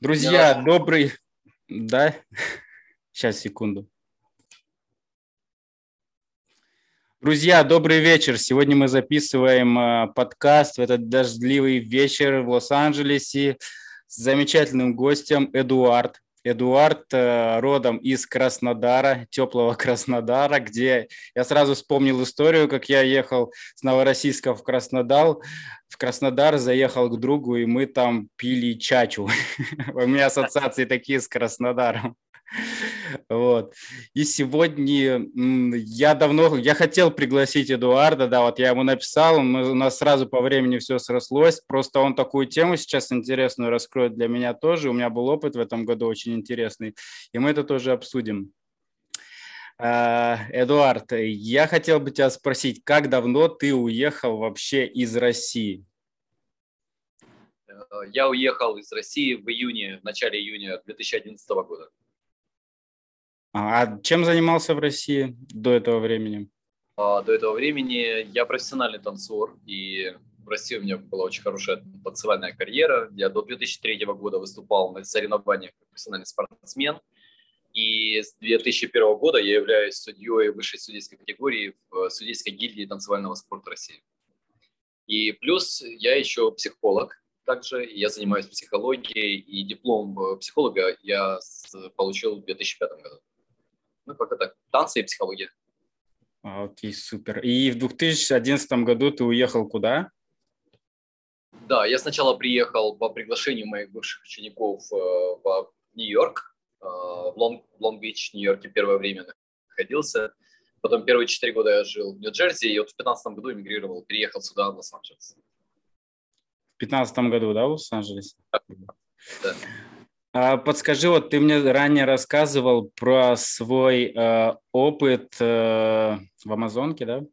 Друзья, добрый... Да? Сейчас, секунду. Друзья, добрый вечер. Сегодня мы записываем подкаст в этот дождливый вечер в Лос-Анджелесе с замечательным гостем Эдуард. Эдуард родом из Краснодара, теплого Краснодара, где я сразу вспомнил историю, как я ехал с Новороссийска в Краснодар, заехал к другу, и мы там пили чачу. У меня ассоциации такие с Краснодаром. Вот. И сегодня я хотел пригласить Эдуарда, да, вот я ему написал, у нас сразу по времени все срослось, просто он такую тему сейчас интересную раскроет для меня тоже, у меня был опыт в этом году очень интересный, и мы это тоже обсудим. Эдуард, я хотел бы тебя спросить, как давно ты уехал вообще из России? Я уехал из России в начале июня 2011 года. А чем занимался в России до этого времени? До этого времени я профессиональный танцор, и в России у меня была очень хорошая танцевальная карьера. Я до 2003 года выступал на соревнованиях как профессиональный спортсмен, и с 2001 года я являюсь судьей высшей судейской категории в судейской гильдии танцевального спорта России. И плюс я еще психолог. Также я занимаюсь психологией, и диплом психолога я получил в 2005 году. Ну, как это, танцы и психология. Окей, супер. И в 2011 году ты уехал куда? Да, я сначала приехал по приглашению моих бывших учеников в Нью-Йорк, в Лонг-Бич, Нью-Йорке первое время находился. Потом первые 4 года я жил в Нью-Джерси, и вот в 2015 году эмигрировал, переехал сюда, в Лос-Анджелес. В 2015 году, да, в Лос-Анджелесе? Да. Подскажи, вот ты мне ранее рассказывал про свой опыт в Амазонке, да?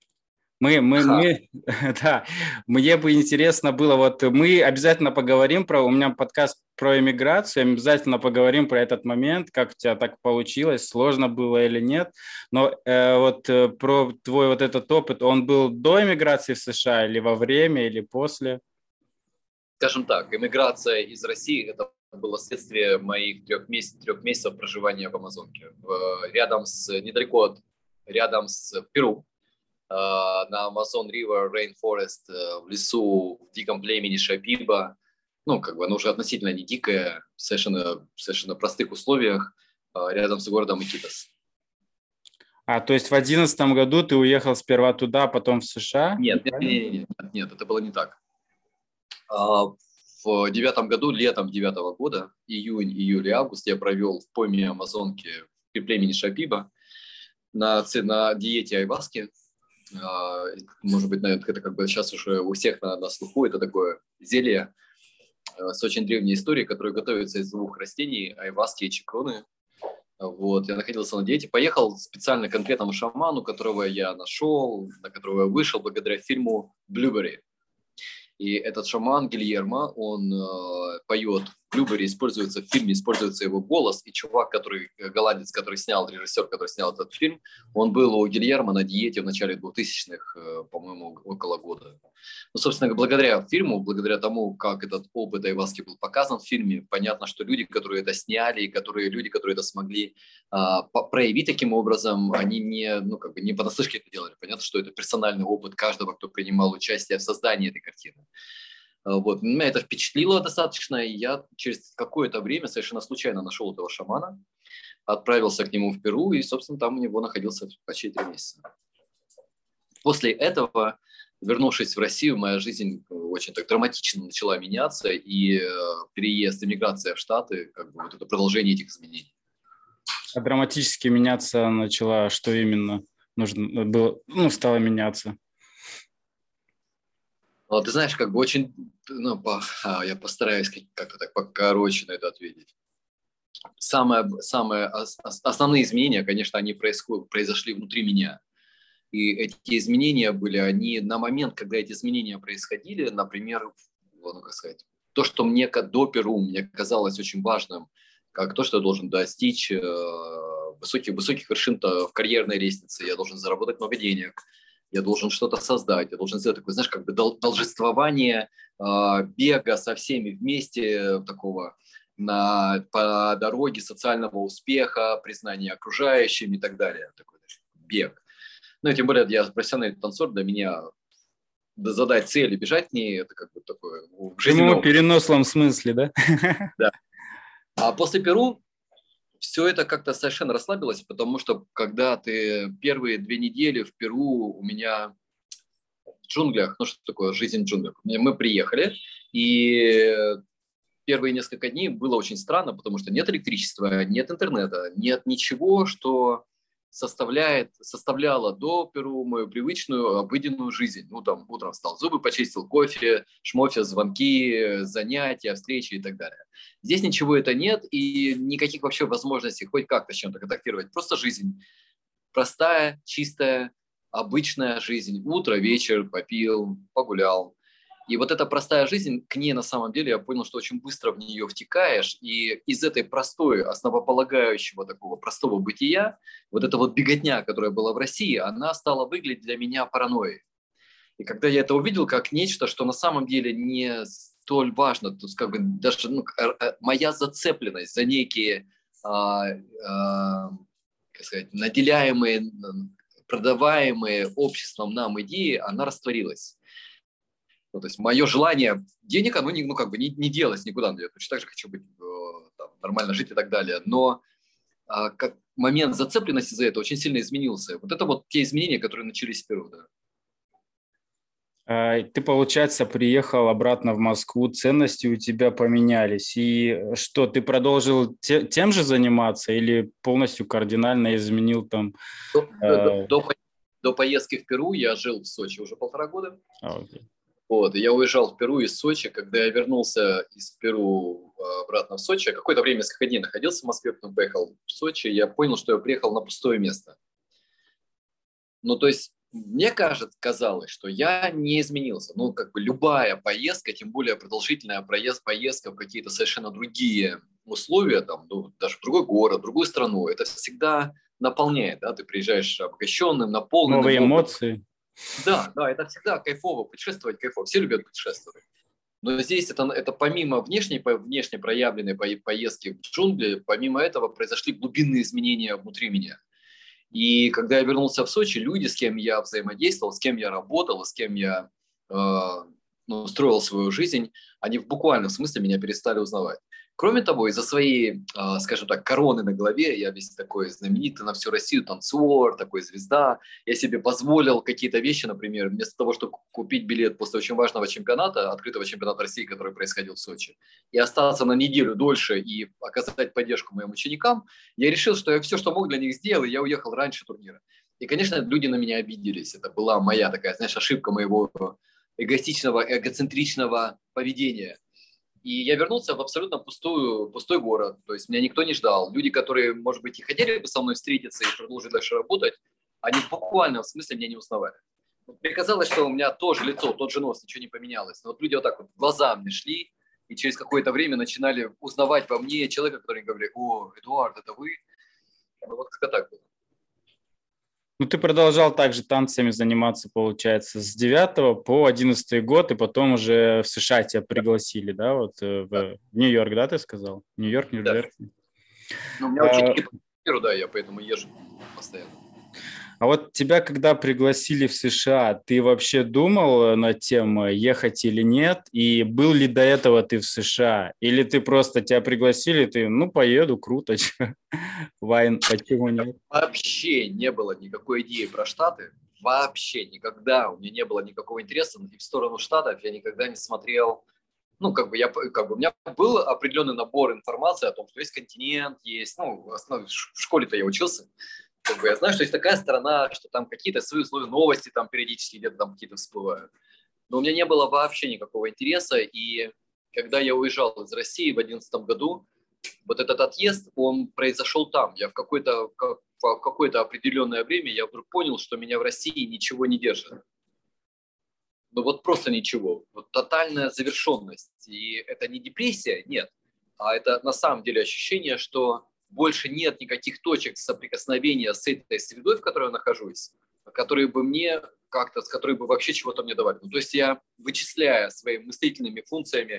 Да, мне бы интересно было, вот мы обязательно поговорим у меня подкаст про иммиграцию, обязательно поговорим про этот момент, как у тебя так получилось, сложно было или нет, но про твой вот этот опыт, он был до иммиграции в США или во время, или после? Скажем так, иммиграция из России – это было следствие моих 3 месяцев проживания в Амазонке, рядом с Перу, на Amazon River, Rainforest, в лесу, в диком племени Шапиба. Ну, как бы оно уже относительно не дикое, в совершенно простых условиях, рядом с городом Икитос. То есть в 2011 году ты уехал сперва туда, потом в США? Нет, это было не так. В 2009 году, летом 2009 года, июнь, июль и август я провел в пойме Амазонки при племени Шапиба на диете айваски. Может быть, это как бы сейчас уже у всех на слуху. Это такое зелье с очень древней историей, которое готовится из 2 растений, айваски и чикроны. Вот, я находился на диете, поехал специально к конкретному шаману, которого я нашел, на которого я вышел благодаря фильму «Блюберри». И этот шаман Гильермо, он поет в Блюберри, в фильме используется его голос, и чувак, голландец, режиссер, который снял этот фильм, он был у Гильермо на диете в начале 2000-х, по-моему, около года. Ну, собственно, благодаря фильму, благодаря тому, как этот опыт айваски был показан в фильме, понятно, что люди, которые это сняли, люди, которые это смогли проявить таким образом, они не понаслышке это делали. Понятно, что это персональный опыт каждого, кто принимал участие в создании этой картины. Вот. Меня это впечатлило достаточно, и я через какое-то время совершенно случайно нашел этого шамана, отправился к нему в Перу, и, собственно, там у него находился почти 3 месяца. После этого, вернувшись в Россию, моя жизнь очень так драматично начала меняться, и переезд, эмиграция в Штаты, как бы вот это продолжение этих изменений. Драматически меняться начала, что именно нужно было, стало меняться? Ты знаешь, как бы очень, я постараюсь как-то так покороче на это ответить. Основные изменения, конечно, они произошли внутри меня. И эти изменения они на момент, когда эти изменения происходили, например, то, что мне до Перу мне казалось очень важным, как то, что я должен достичь высоких вершин в карьерной лестнице, я должен заработать много денег, я должен что-то создать, я должен сделать такое, знаешь, как бы должествование, бега со всеми вместе, такого по дороге социального успеха, признания окружающим и так далее. Такой бег. Ну и тем более я профессиональный танцор, для меня задать цель и бежать к ней, это как бы такое в прямом переносном смысле, да? Да. А после Перу все это как-то совершенно расслабилось, потому что когда ты первые 2 недели в Перу у меня в джунглях, ну что такое жизнь в джунглях, мы приехали, и первые несколько дней было очень странно, потому что нет электричества, нет интернета, нет ничего, что составляло до Перу мою привычную обыденную жизнь. Ну, там, утром встал, зубы почистил, кофе, шмофе, звонки, занятия, встречи и так далее. Здесь ничего это нет, и никаких вообще возможностей хоть как-то с чем-то контактировать. Просто жизнь. Простая, чистая, обычная жизнь. Утро, вечер, попил, погулял. И вот эта простая жизнь, к ней на самом деле я понял, что очень быстро в нее втекаешь, и из этой простой, основополагающего такого простого бытия, вот эта вот беготня, которая была в России, она стала выглядеть для меня паранойей. И когда я это увидел как нечто, что на самом деле не столь важно, то есть как бы даже моя зацепленность за некие, как сказать, наделяемые, продаваемые обществом нам идеи, она растворилась. Ну, то есть мое желание денег, оно не делось никуда. Я точно так же хочу быть, там, нормально жить и так далее. Но как момент зацепленности за это очень сильно изменился. Вот это вот те изменения, которые начались в Перу. Да. Ты, получается, приехал обратно в Москву, ценности у тебя поменялись. И что, ты продолжил тем же заниматься или полностью кардинально изменил там? До поездки в Перу я жил в Сочи уже 1,5 года. Okay. Вот, и я уезжал в Перу из Сочи. Когда я вернулся из Перу обратно в Сочи, я какое-то время, несколько дней находился в Москве, потом поехал в Сочи, я понял, что я приехал на пустое место. Ну, то есть мне казалось, что я не изменился. Ну, как бы любая поездка, тем более продолжительная поездка в какие-то совершенно другие условия, там, ну, даже в другой город, в другую страну, это всегда наполняет, да, ты приезжаешь обогащенным, наполненным. Новые эмоции. Да, это всегда кайфово, путешествовать кайфово, все любят путешествовать. Но здесь это помимо внешне проявленной поездки в джунгли, помимо этого произошли глубинные изменения внутри меня. И когда я вернулся в Сочи, люди, с кем я взаимодействовал, с кем я работал, с кем я строил свою жизнь, они в буквальном смысле меня перестали узнавать. Кроме того, из-за своей, скажем так, короны на голове, я весь такой знаменитый на всю Россию танцор, такой звезда, я себе позволил какие-то вещи, например, вместо того, чтобы купить билет после очень важного чемпионата, открытого чемпионата России, который происходил в Сочи, и остаться на неделю дольше и оказать поддержку моим ученикам, я решил, что я все, что мог для них сделал, и я уехал раньше турнира. И, конечно, люди на меня обиделись. Это была моя такая, знаешь, ошибка моего эгоистичного, эгоцентричного поведения. И я вернулся в абсолютно пустой город. То есть меня никто не ждал. Люди, которые, может быть, и хотели бы со мной встретиться и продолжить дальше работать, они в буквальном смысле меня не узнавали. Мне казалось, что у меня тоже лицо, тот же нос, ничего не поменялось. Но вот люди вот так вот глазами шли, и через какое-то время начинали узнавать во мне человека, который говорит: «О, Эдуард, это вы?» Ну вот как-то так было. Ну, ты продолжал также танцами заниматься, получается, с 9 по 11 год, и потом уже в США тебя пригласили, да, вот в Нью-Йорк, да, ты сказал? Нью-Йорк, Нью-Джерси. Да. Ну, у меня ученики по миру, да, я поэтому езжу постоянно. А вот тебя, когда пригласили в США, ты вообще думал над тем, ехать или нет? И был ли до этого ты в США? Или ты просто тебя пригласили, ты, поеду, круто, Вайн, почему нет? Вообще не было никакой идеи про Штаты. Вообще никогда. У меня не было никакого интереса. И в сторону Штатов я никогда не смотрел. У меня был определенный набор информации о том, что есть континент, есть, в школе-то я учился. Я знаю, что есть такая страна, что там какие-то свои условия, новости там периодически где-то там какие-то всплывают. Но у меня не было вообще никакого интереса. И когда я уезжал из России в 2011 году, вот этот отъезд, он произошел там. Я в какое-то определенное время я вдруг понял, что меня в России ничего не держит. Ну вот просто ничего. Вот тотальная завершенность. И это не депрессия, нет. А это на самом деле ощущение, что больше нет никаких точек соприкосновения с этой средой, в которой я нахожусь, которые бы с которой бы вообще чего-то мне давали. Ну, то есть я, вычисляя своими мыслительными функциями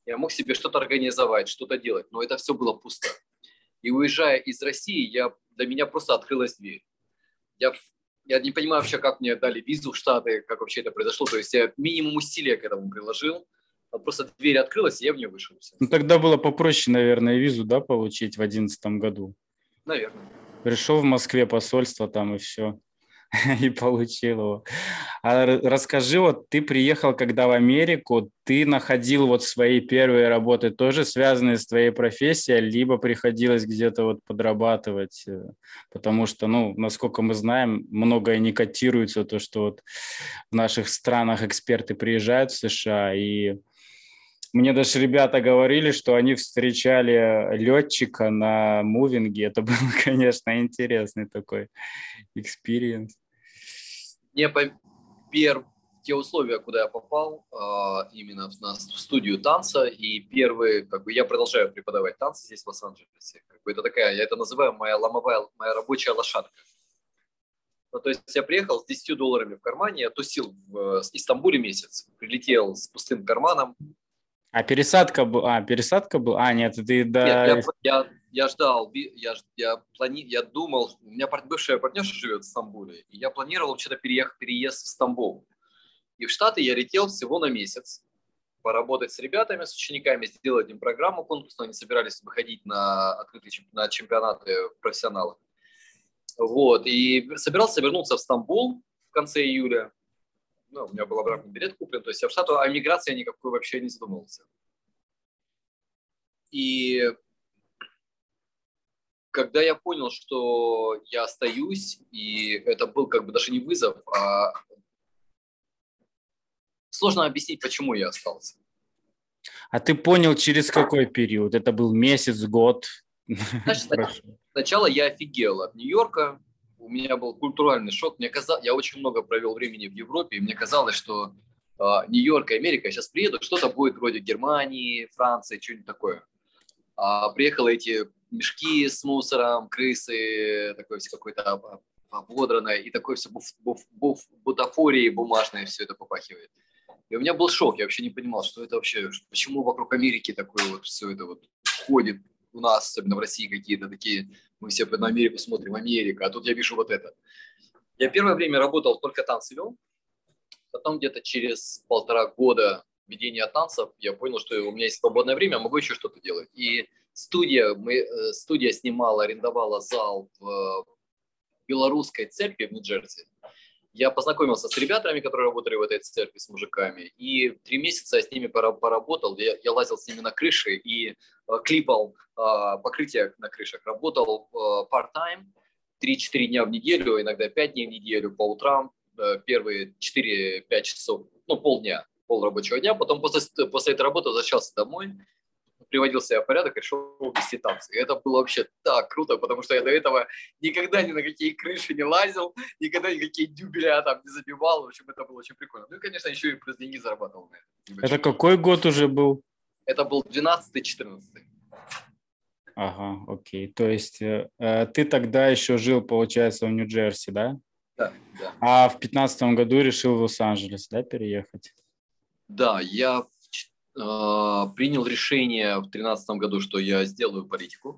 я мог себе что-то организовать, что-то делать, но это все было пусто. И уезжая из России, для меня просто открылась дверь. Я не понимаю вообще, как мне дали визу в Штаты, как вообще это произошло. То есть я минимум усилия к этому приложил. А просто дверь открылась, и я в нее вышел. Ну, тогда было попроще, наверное, визу, да, получить в 2011 году. Наверное. Пришел в Москве посольство там и все. И получил его. А расскажи, вот ты приехал когда в Америку, ты находил вот свои первые работы тоже связанные с твоей профессией, либо приходилось где-то вот подрабатывать, потому что, ну, насколько мы знаем, многое не котируется, то, что вот в наших странах эксперты приезжают в США, и мне даже ребята говорили, что они встречали летчика на мувинге. Это был, конечно, интересный такой экспириенс. Мне те условия, куда я попал, именно в студию танца, и первые, я продолжаю преподавать танцы здесь в Лос-Анджелесе. Это такая, я это называю моя рабочая лошадка. Ну, то есть я приехал с $10 в кармане, я тусил в Стамбуле месяц, прилетел с пустым карманом. А пересадка была? Нет, ты да. Нет, я ждал, я думал, у меня бывшая партнерша живет в Стамбуле, и я планировал вообще-то переезд в Стамбул. И в Штаты я летел всего на месяц, поработать с ребятами, с учениками, сделать им программу конкурсную. Они собирались выходить на чемпионаты профессионалов. Вот, и собирался вернуться в Стамбул в конце июля. У меня был обратный билет куплен, то есть я в Штаты о миграции никакой вообще не задумывался. И когда я понял, что я остаюсь, и это был даже не вызов, а сложно объяснить, почему я остался. А ты понял, через какой период? Это был месяц, год? Знаешь, сначала я офигел от Нью-Йорка. У меня был культуральный шок. Я очень много провел времени в Европе, и мне казалось, что Нью-Йорк и Америка, я сейчас приеду, что-то будет вроде Германии, Франции, что-нибудь такое. Приехали эти мешки с мусором, крысы, такое все какое-то ободранное, и такое все бутафорией бумажное все это попахивает. И у меня был шок, я вообще не понимал, что это вообще, почему вокруг Америки такое вот все это вот ходит у нас, особенно в России какие-то такие, мы все на Америку смотрим, Америка, а тут я вижу вот это. Я первое время работал, только танцы вел, потом где-то через 1,5 года ведения танцев я понял, что у меня есть свободное время, могу еще что-то делать. И студия арендовала зал в белорусской церкви в Нью-Джерси. Я познакомился с ребятами, которые работали в этой церкви, с мужиками, и 3 месяца я с ними поработал. Я лазил с ними на крыши и клипал покрытие на крышах. Работал part-time, 3-4 дня в неделю, иногда 5 дней в неделю, по утрам, первые 4-5 часов, полдня, полрабочего дня. Потом после этой работы возвращался домой, приводил себя в порядок и шел вести танцы. И это было вообще так круто, потому что я до этого никогда ни на какие крыши не лазил, никогда никакие дюбеля там не забивал. В общем, это было очень прикольно. Ну и, конечно, еще и плюс деньги зарабатывал на это. Это какой год уже был? Это был 12-14. Ага, окей. То есть ты тогда еще жил, получается, в Нью-Джерси, да? Да. А в 2015 году решил в Лос-Анджелес, да, переехать? Да, я принял решение в 2013 году, что я сделаю политику.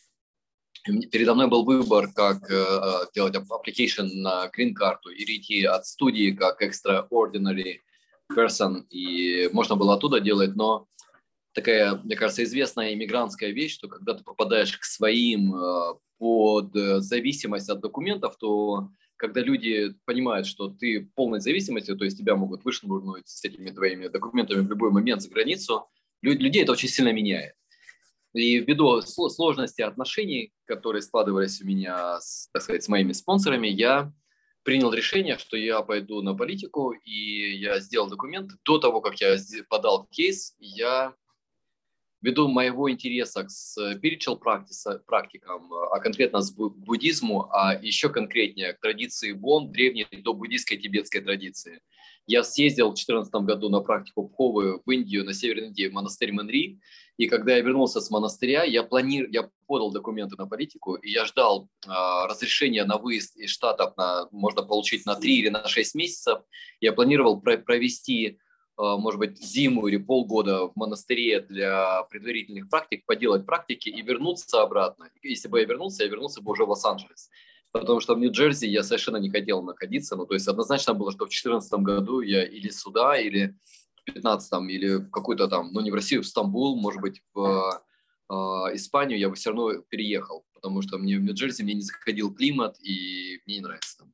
Передо мной был выбор, как делать application на green-карту и перейти от студии как extraordinary person, и можно было оттуда делать, но такая, мне кажется, известная иммигрантская вещь, что когда ты попадаешь к своим под зависимость от документов, то когда люди понимают, что ты в полной зависимости, то есть тебя могут вышвырнуть с этими твоими документами в любой момент за границу, людей это очень сильно меняет. И ввиду сложности отношений, которые складывались у меня, так сказать, с моими спонсорами, я принял решение, что я пойду на политику, и я сделал документы. До того, как я подал кейс, я ввиду моего интереса к spiritual практикам, а конкретно к буддизму, а еще конкретнее к традиции Бон, древней до буддийской тибетской традиции. Я съездил в 2014 году на практику Пховы в Индию, на Северной Индии, в монастырь Манри. И когда я вернулся с монастыря, я подал документы на политику, и я ждал разрешения на выезд из Штатов, можно получить на 3 или на 6 месяцев. Я планировал провести может быть, зиму или полгода в монастыре для предварительных практик, поделать практики и вернуться обратно. Если бы я вернулся бы уже в Лос-Анджелес. Потому что в Нью-Джерси я совершенно не хотел находиться. Ну, то есть однозначно было, что в 2014 году я или сюда, или в 2015, или в какую-то там, ну не в Россию, в Стамбул, может быть, в Испанию я бы все равно переехал. Потому что мне в Нью-Джерси мне не заходил климат, и мне не нравится там.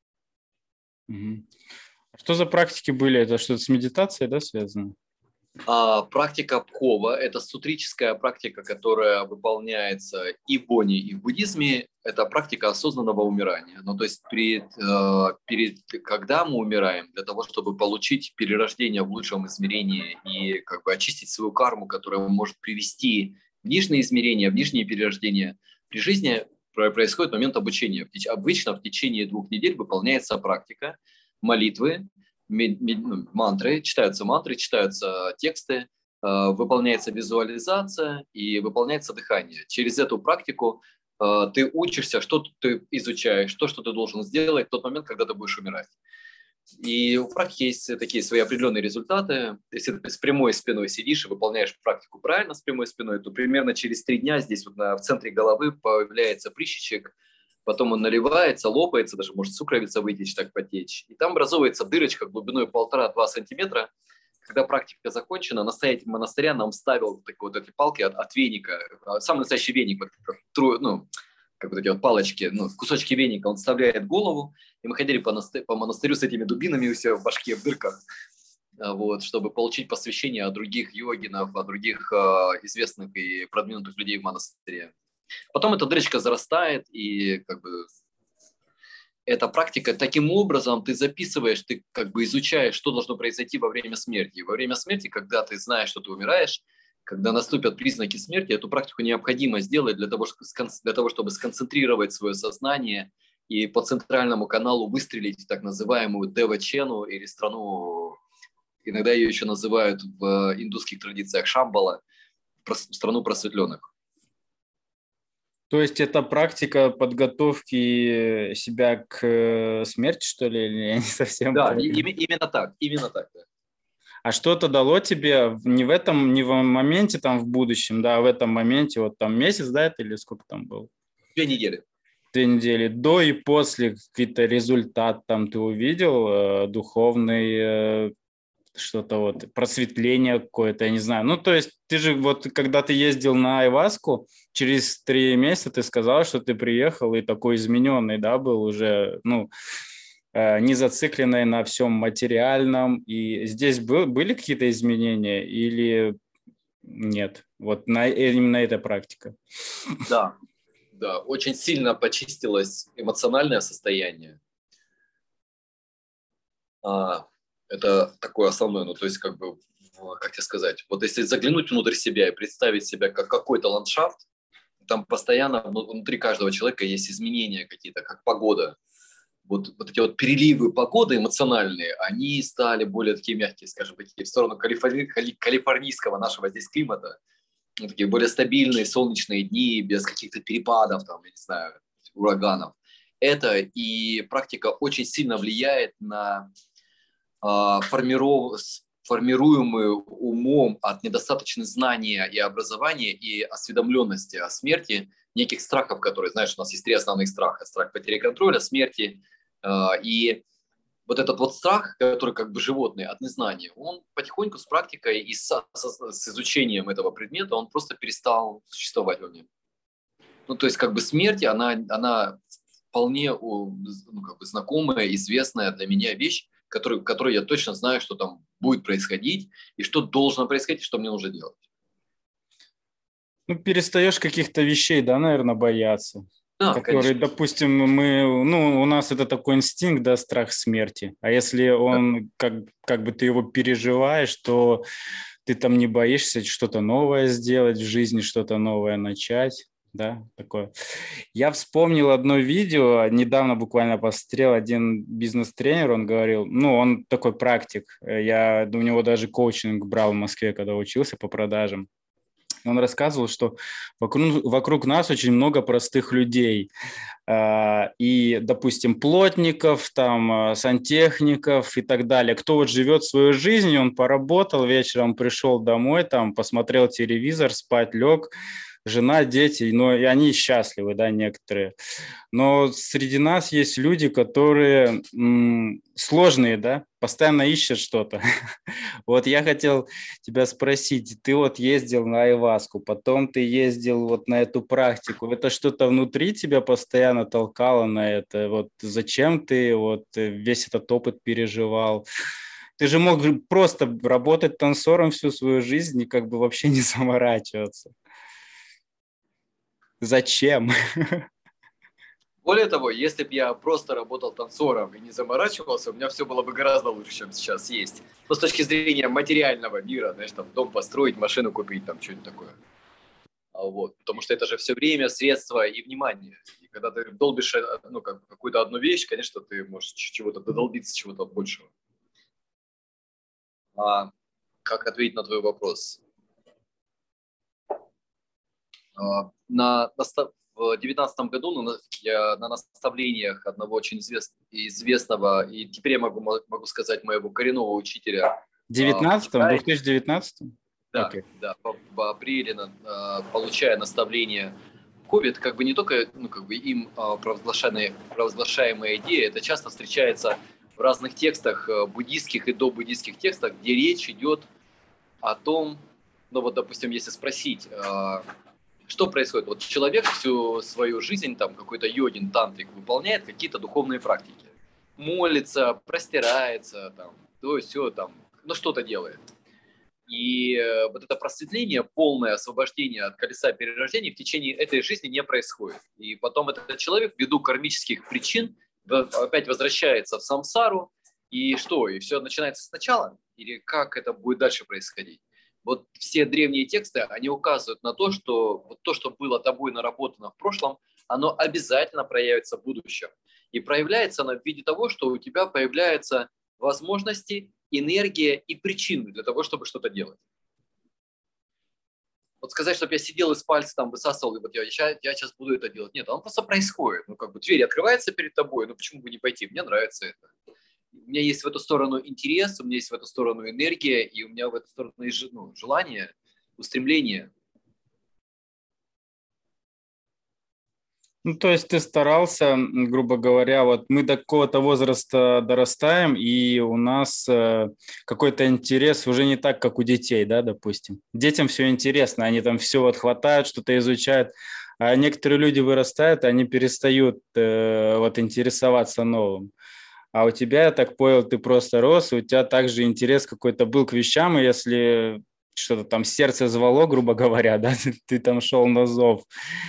Что за практики были? Это что-то с медитацией, да, связано? Практика Пхова – это сутрическая практика, которая выполняется и в боне, и в буддизме. Это практика осознанного умирания. Ну, то есть когда мы умираем, для того, чтобы получить перерождение в лучшем измерении и как бы очистить свою карму, которая может привести в нижние измерения, в нижние перерождения, при жизни происходит момент обучения. Обычно в течение 2 недель выполняется практика молитвы, мантры, читаются тексты, выполняется визуализация и выполняется дыхание. Через эту практику ты учишься, что ты изучаешь, что ты должен сделать в тот момент, когда ты будешь умирать. И у практики есть такие свои определенные результаты. Если ты с прямой спиной сидишь и выполняешь практику правильно с прямой спиной, то примерно через 3 дня здесь вот в центре головы появляется прыщичек, потом он наливается, лопается, даже может сукровица вытечь, так потечь. И там образуется дырочка глубиной 1,5-2 сантиметра. Когда практика закончена, настоятель монастыря нам ставил вот эти палки от веника, самый настоящий веник, как вот эти вот палочки, кусочки веника, он вставляет голову, и мы ходили по монастырю с этими дубинами у себя в башке, в дырках, вот, чтобы получить посвящение от других йогинов, от других известных и продвинутых людей в монастыре. Потом эта дырочка зарастает, и как бы эта практика, таким образом ты записываешь, ты как бы изучаешь, что должно произойти во время смерти. И во время смерти, когда ты знаешь, что ты умираешь, когда наступят признаки смерти, эту практику необходимо сделать для того, чтобы сконцентрировать свое сознание и по центральному каналу выстрелить в так называемую Дева-чену или страну, иногда ее еще называют в индусских традициях Шамбала, страну просветленных. То есть это практика подготовки себя к смерти, что ли, или я не совсем понял? Да, именно так. Да. А что-то дало тебе не в моменте там в будущем, да, а в этом моменте, вот там месяц, да, это или сколько там было? 2 недели. 2 недели. До и после какой-то результат там ты увидел, духовный, что-то вот, просветление какое-то, я не знаю. Ну, то есть ты же вот, когда ты ездил на Айваску, через 3 месяца ты сказал, что ты приехал и такой измененный, да, был уже, не зацикленный на всем материальном. И здесь были какие-то изменения или нет? Вот именно эта практика. Да, очень сильно почистилось эмоциональное состояние. Это такое основное, то есть как бы, как тебе сказать, вот если заглянуть внутрь себя и представить себя как какой-то ландшафт, там постоянно внутри каждого человека есть изменения какие-то, как погода. Вот эти вот переливы погоды эмоциональные, они стали более такие мягкие, скажем, такие в сторону калифорнийского нашего здесь климата. Такие более стабильные солнечные дни, без каких-то перепадов, там, я не знаю, ураганов. Это и практика очень сильно влияет на формируемую умом от недостаточного знания и образования и осведомленности о смерти неких страхов, которые, знаешь, у нас есть 3 основных страха. Страх потери контроля, смерти и вот этот вот страх, который как бы животный от незнания, он потихоньку с практикой и с изучением этого предмета, он просто перестал существовать во мне. То есть как бы смерть, она вполне как бы знакомая, известная для меня вещь, которой я точно знаю, что там будет происходить, и что должно происходить, и что мне нужно делать. Перестаешь каких-то вещей, да, наверное, бояться. Да, которые, конечно. допустим, у нас это такой инстинкт, да, страх смерти. А если он, как бы ты его переживаешь, то ты там не боишься что-то новое сделать в жизни, что-то новое начать. Да, такое. Я вспомнил одно видео, недавно буквально посмотрел, один бизнес-тренер, он говорил, он такой практик, я у него даже коучинг брал в Москве, когда учился по продажам. Он рассказывал, что вокруг нас очень много простых людей. И, допустим, плотников, там, сантехников и так далее. Кто вот живет свою жизнь, он поработал, вечером пришел домой, там, посмотрел телевизор, спать лег, жена, дети, но и они счастливы, да, некоторые. Но среди нас есть люди, которые сложные, да, постоянно ищут что-то. Вот я хотел тебя спросить, ты вот ездил на айваску, потом ты ездил вот на эту практику, это что-то внутри тебя постоянно толкало на это? Вот зачем ты вот весь этот опыт переживал? Ты же мог просто работать танцором всю свою жизнь и как бы вообще не заморачиваться. Зачем? Более того, если бы я просто работал танцором и не заморачивался, у меня все было бы гораздо лучше, чем сейчас есть. Но с точки зрения материального мира, знаешь, там дом построить, машину купить, там что-нибудь такое. Вот. Потому что это же все время, средства и внимание. И когда ты долбишь какую-то одну вещь, конечно, ты можешь чего-то додолбиться, чего-то большего. А как ответить на твой вопрос? В 2019 году я на наставлениях одного очень известного, и теперь я могу сказать, моего коренного учителя. В 2019? Да, Okay. да, в апреле, получая наставление COVID, как бы не только им провозглашаемая идея, это часто встречается в разных текстах, буддийских и добуддийских текстах, где речь идет о том, ну вот, допустим, если спросить, что происходит? Вот человек всю свою жизнь, там, какой-то йогин, тантрик, выполняет какие-то духовные практики. Молится, простирается, там, то есть все там, ну, что-то делает. И вот это просветление, полное освобождение от колеса перерождений в течение этой жизни не происходит. И потом этот человек, ввиду кармических причин, опять возвращается в самсару, и что? И все начинается сначала? Или как это будет дальше происходить? Вот все древние тексты, они указывают на то, что вот то, что было тобой наработано в прошлом, оно обязательно проявится в будущем. И проявляется оно в виде того, что у тебя появляются возможности, энергия и причины для того, чтобы что-то делать. Вот сказать, чтобы я сидел из пальца там высасывал, и вот я сейчас буду это делать. Нет, оно просто происходит. Ну, как бы дверь открывается перед тобой, ну почему бы не пойти? Мне нравится это. У меня есть в эту сторону интерес, у меня есть в эту сторону энергия, и у меня в эту сторону есть желание, устремление. Ну, то есть ты старался, грубо говоря, вот мы до какого-то возраста дорастаем, и у нас какой-то интерес уже не так, как у детей, да, допустим. Детям все интересно, они там все вот хватают, что-то изучают, а некоторые люди вырастают, и они перестают вот интересоваться новым. А у тебя, я так понял, ты просто рос, и у тебя также интерес какой-то был к вещам, и если что-то там сердце звало, грубо говоря, да, ты там шел на зов.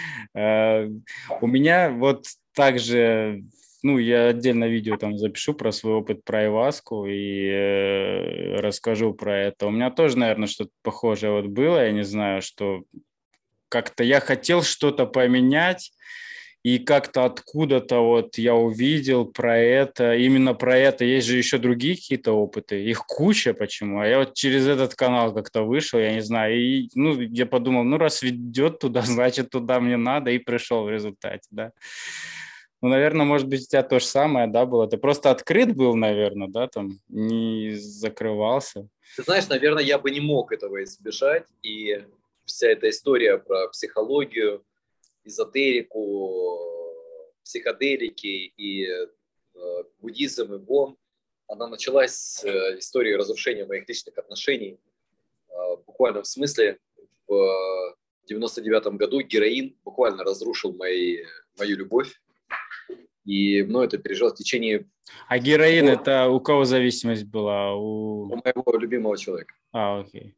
У меня вот также, ну, я отдельно видео там запишу про свой опыт про айваску и расскажу про это. У меня тоже, наверное, что-то похожее вот было, я не знаю, что как-то я хотел что-то поменять, и как-то откуда-то вот я увидел про это, именно про это. Есть же еще другие какие-то опыты, их куча почему. А я вот через этот канал как-то вышел, я не знаю, и ну, я подумал, ну раз ведет туда, значит туда мне надо, и пришел в результате, да. Ну, наверное, может быть, у тебя то же самое, да, было? Ты просто открыт был, наверное, да, там, не закрывался. Ты знаешь, наверное, я бы не мог этого избежать, и вся эта история про психологию, эзотерику, психоделики и буддизм и бон, она началась с истории разрушения моих личных отношений. Буквально в смысле, в 99-м году героин буквально разрушил мою любовь. И мной это пережил в течение... А героин, это у кого зависимость была? У моего любимого человека. Окей.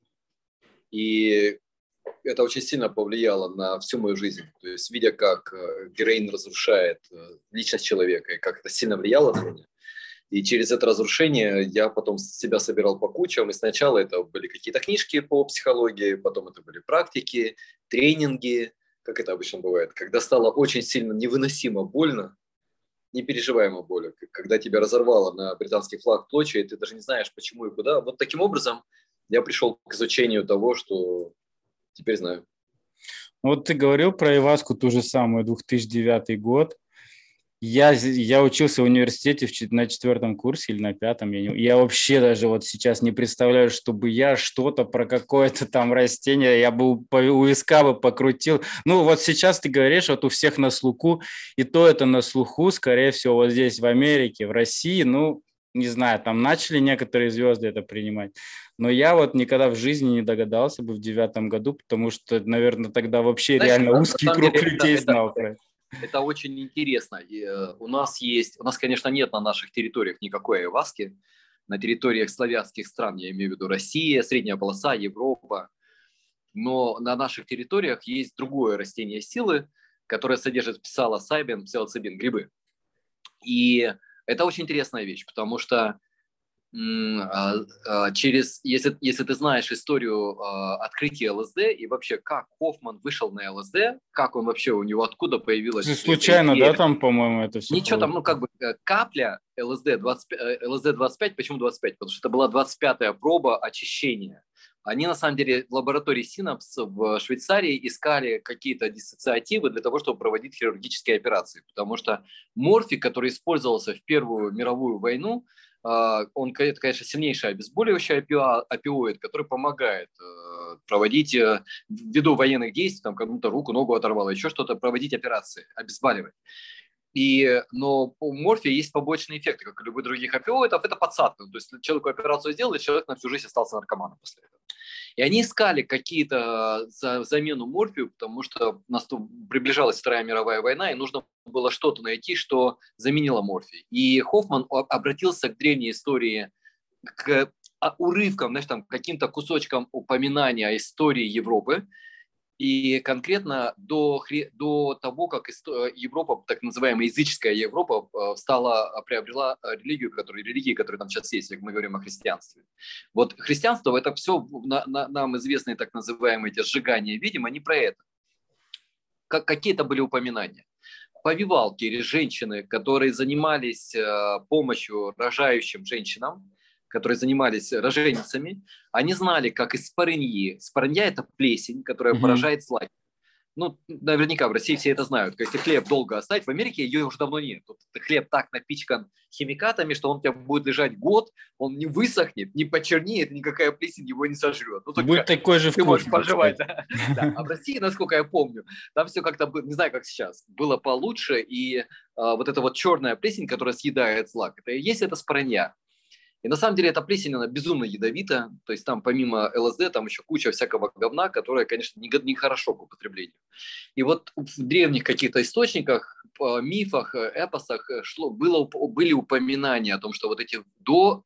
И это очень сильно повлияло на всю мою жизнь. То есть, видя, как героин разрушает личность человека, и как это сильно влияло на меня. И через это разрушение я потом себя собирал по кучам. И сначала это были какие-то книжки по психологии, потом это были практики, тренинги, как это обычно бывает. Когда стало очень сильно невыносимо больно, непереживаемо больно, когда тебя разорвало на британский флаг плочи, и ты даже не знаешь, почему и куда. Вот таким образом я пришел к изучению того, что теперь знаю. Вот ты говорил про Иваску, ту же самую, 2009 год. Я учился в университете на 4-м курсе или на 5-м. Я вообще даже вот сейчас не представляю, чтобы я что-то про какое-то там растение, я бы у виска бы покрутил. Ну вот сейчас ты говоришь, вот у всех на слуху, и то это на слуху, скорее всего, вот здесь в Америке, в России, ну, не знаю, там начали некоторые звезды это принимать. Но я вот никогда в жизни не догадался бы в 9-м году, потому что, наверное, тогда вообще Знаешь, реально на узкий самом круг деле людей знал про это. это очень интересно. И, у нас, конечно, нет на наших территориях никакой айваски. На территориях славянских стран, я имею в виду Россия, Средняя полоса, Европа. Но на наших территориях есть другое растение силы, которое содержит псилоцибин, грибы. И это очень интересная вещь, потому что если ты знаешь историю открытия ЛСД и вообще как Хоффман вышел на ЛСД, как он вообще, у него откуда появилась эта Случайно, да, идея. там, по-моему, это все Ничего там, получилось? капля ЛСД-25, почему 25? Потому что это была 25-я проба очищения. Они, на самом деле, в лаборатории Синапс в Швейцарии искали какие-то диссоциативы для того, чтобы проводить хирургические операции. Потому что морфий, который использовался в Первую мировую войну, он, это, конечно, сильнейший обезболивающий опиоид, который помогает проводить, ввиду военных действий, там кому-то руку, ногу оторвало, еще что-то, проводить операции, обезболивать. Но у морфия есть побочные эффекты, как и любых других опиоидов, это подсадка. То есть человеку операцию сделали, человек на всю жизнь остался наркоманом после этого. И они искали какие-то замену морфию, потому что приближалась Вторая мировая война, и нужно было что-то найти, что заменило морфий. И Хоффман обратился к древней истории, к урывкам, знаешь, там, каким-то кусочкам упоминания о истории Европы. И конкретно до того, как Европа, так называемая языческая Европа, приобрела религии, которые там сейчас есть, если мы говорим о христианстве. Вот христианство, это все нам известные так называемые эти сжигания ведьм, они про это. Какие-то были упоминания. Повивалки или женщины, которые занимались помощью рожающим женщинам, которые занимались роженицами, они знали, как из спорыньи. Спорынья – это плесень, которая поражает злаки. Ну, наверняка в России все это знают. Если хлеб долго оставить, в Америке ее уже давно нет. Тут хлеб так напичкан химикатами, что он у тебя будет лежать год, он не высохнет, не почернеет, никакая плесень его не сожрет. Ну, Будет такой же ты можешь вкусный, пожевать. кстати. Да. А в России, насколько я помню, там все как-то, не знаю, как сейчас, было получше. И вот эта вот черная плесень, которая съедает злак, это и есть эта спорынья. И на самом деле эта плесень, она безумно ядовита. То есть там помимо ЛСД, там еще куча всякого говна, которое, конечно, нехорошо к употреблению. И вот в древних каких-то источниках, мифах, эпосах были упоминания о том, что вот эти до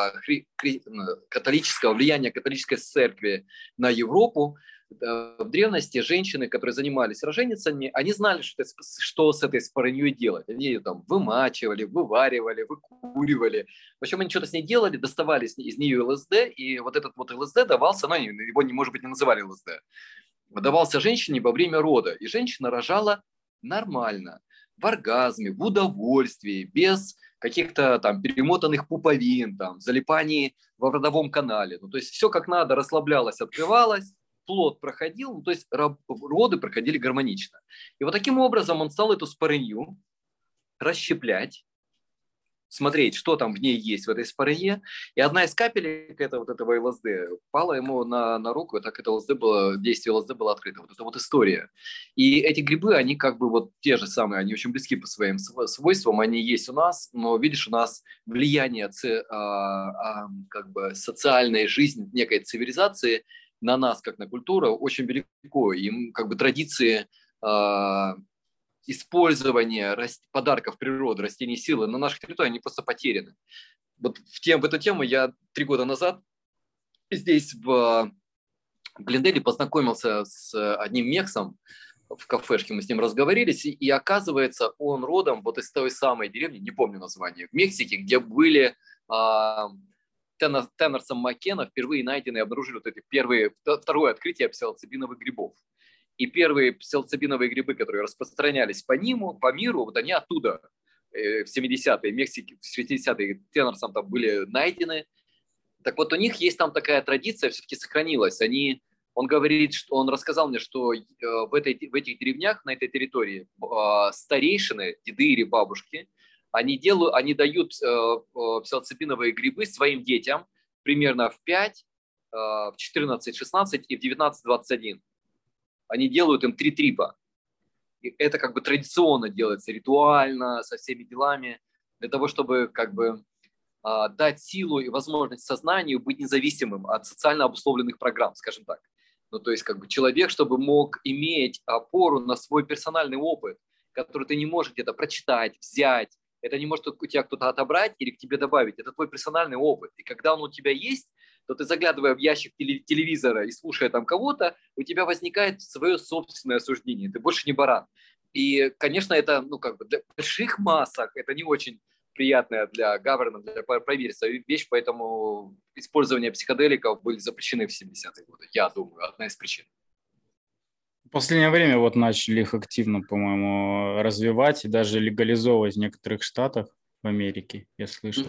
католического влияния католической церкви на Европу, в древности женщины, которые занимались роженицами, они знали, что с этой спорыньей делать. Они ее там вымачивали, вываривали, выкуривали. В общем, они что-то с ней делали, доставали из нее ЛСД, и вот этот вот ЛСД давался, ну, его, может быть, не называли ЛСД, давался женщине во время рода. И женщина рожала нормально, в оргазме, в удовольствии, без каких-то там перемотанных пуповин, там, залипаний во родовом канале. Ну, то есть все как надо, расслаблялось, открывалось, плод проходил, ну, то есть роды проходили гармонично. И вот таким образом он стал эту спорынью расщеплять, смотреть, что там в ней есть, в этой спорынье. И одна из капелек этого ЛСД пала ему на руку, и так это действие ЛСД было открыто. Вот это вот история. И эти грибы, они как бы вот те же самые, они очень близки по своим свойствам, они есть у нас, но видишь, у нас влияние как бы социальной жизни, некой цивилизации на нас, как на культуру, очень велико. И как бы традиции использования подарков природы, растений силы на наших территориях, они просто потеряны. Вот в эту тему я 3 года назад здесь в Глендейле познакомился с одним мексом в кафешке, мы с ним разговорились, и оказывается, он родом вот из той самой деревни, не помню название, в Мексике, где были Теннерсом Маккена впервые найдены и обнаружили вот эти второе открытие псилоцибиновых грибов. И первые псилоцибиновые грибы, которые распространялись по миру, вот они оттуда в 70-е, в Мексике в 60-е Теннерсом там были найдены. Так вот, у них есть там такая традиция, все-таки сохранилась. Он говорит, что он рассказал мне, что в этих деревнях, на этой территории, старейшины, деды или бабушки, они дают псилоцибиновые грибы своим детям примерно в 5, в 14-16 и в 19-21. Они делают им 3 трипа. И это как бы традиционно делается, ритуально, со всеми делами, для того, чтобы как бы дать силу и возможность сознанию быть независимым от социально обусловленных программ, скажем так. Ну, то есть как бы человек, чтобы мог иметь опору на свой персональный опыт, который ты не можешь где-то прочитать, взять, это не может у тебя кто-то отобрать или к тебе добавить, это твой персональный опыт. И когда он у тебя есть, то ты, заглядывая в ящик телевизора и слушая там кого-то, у тебя возникает свое собственное суждение, ты больше не баран. И, конечно, это, ну, как бы для больших массах это не очень приятная для government, для правительства вещь, поэтому использование психоделиков были запрещены в 70-е годы, я думаю, одна из причин. В последнее время вот начали их активно, по-моему, развивать и даже легализовывать в некоторых штатах в Америке, я слышал.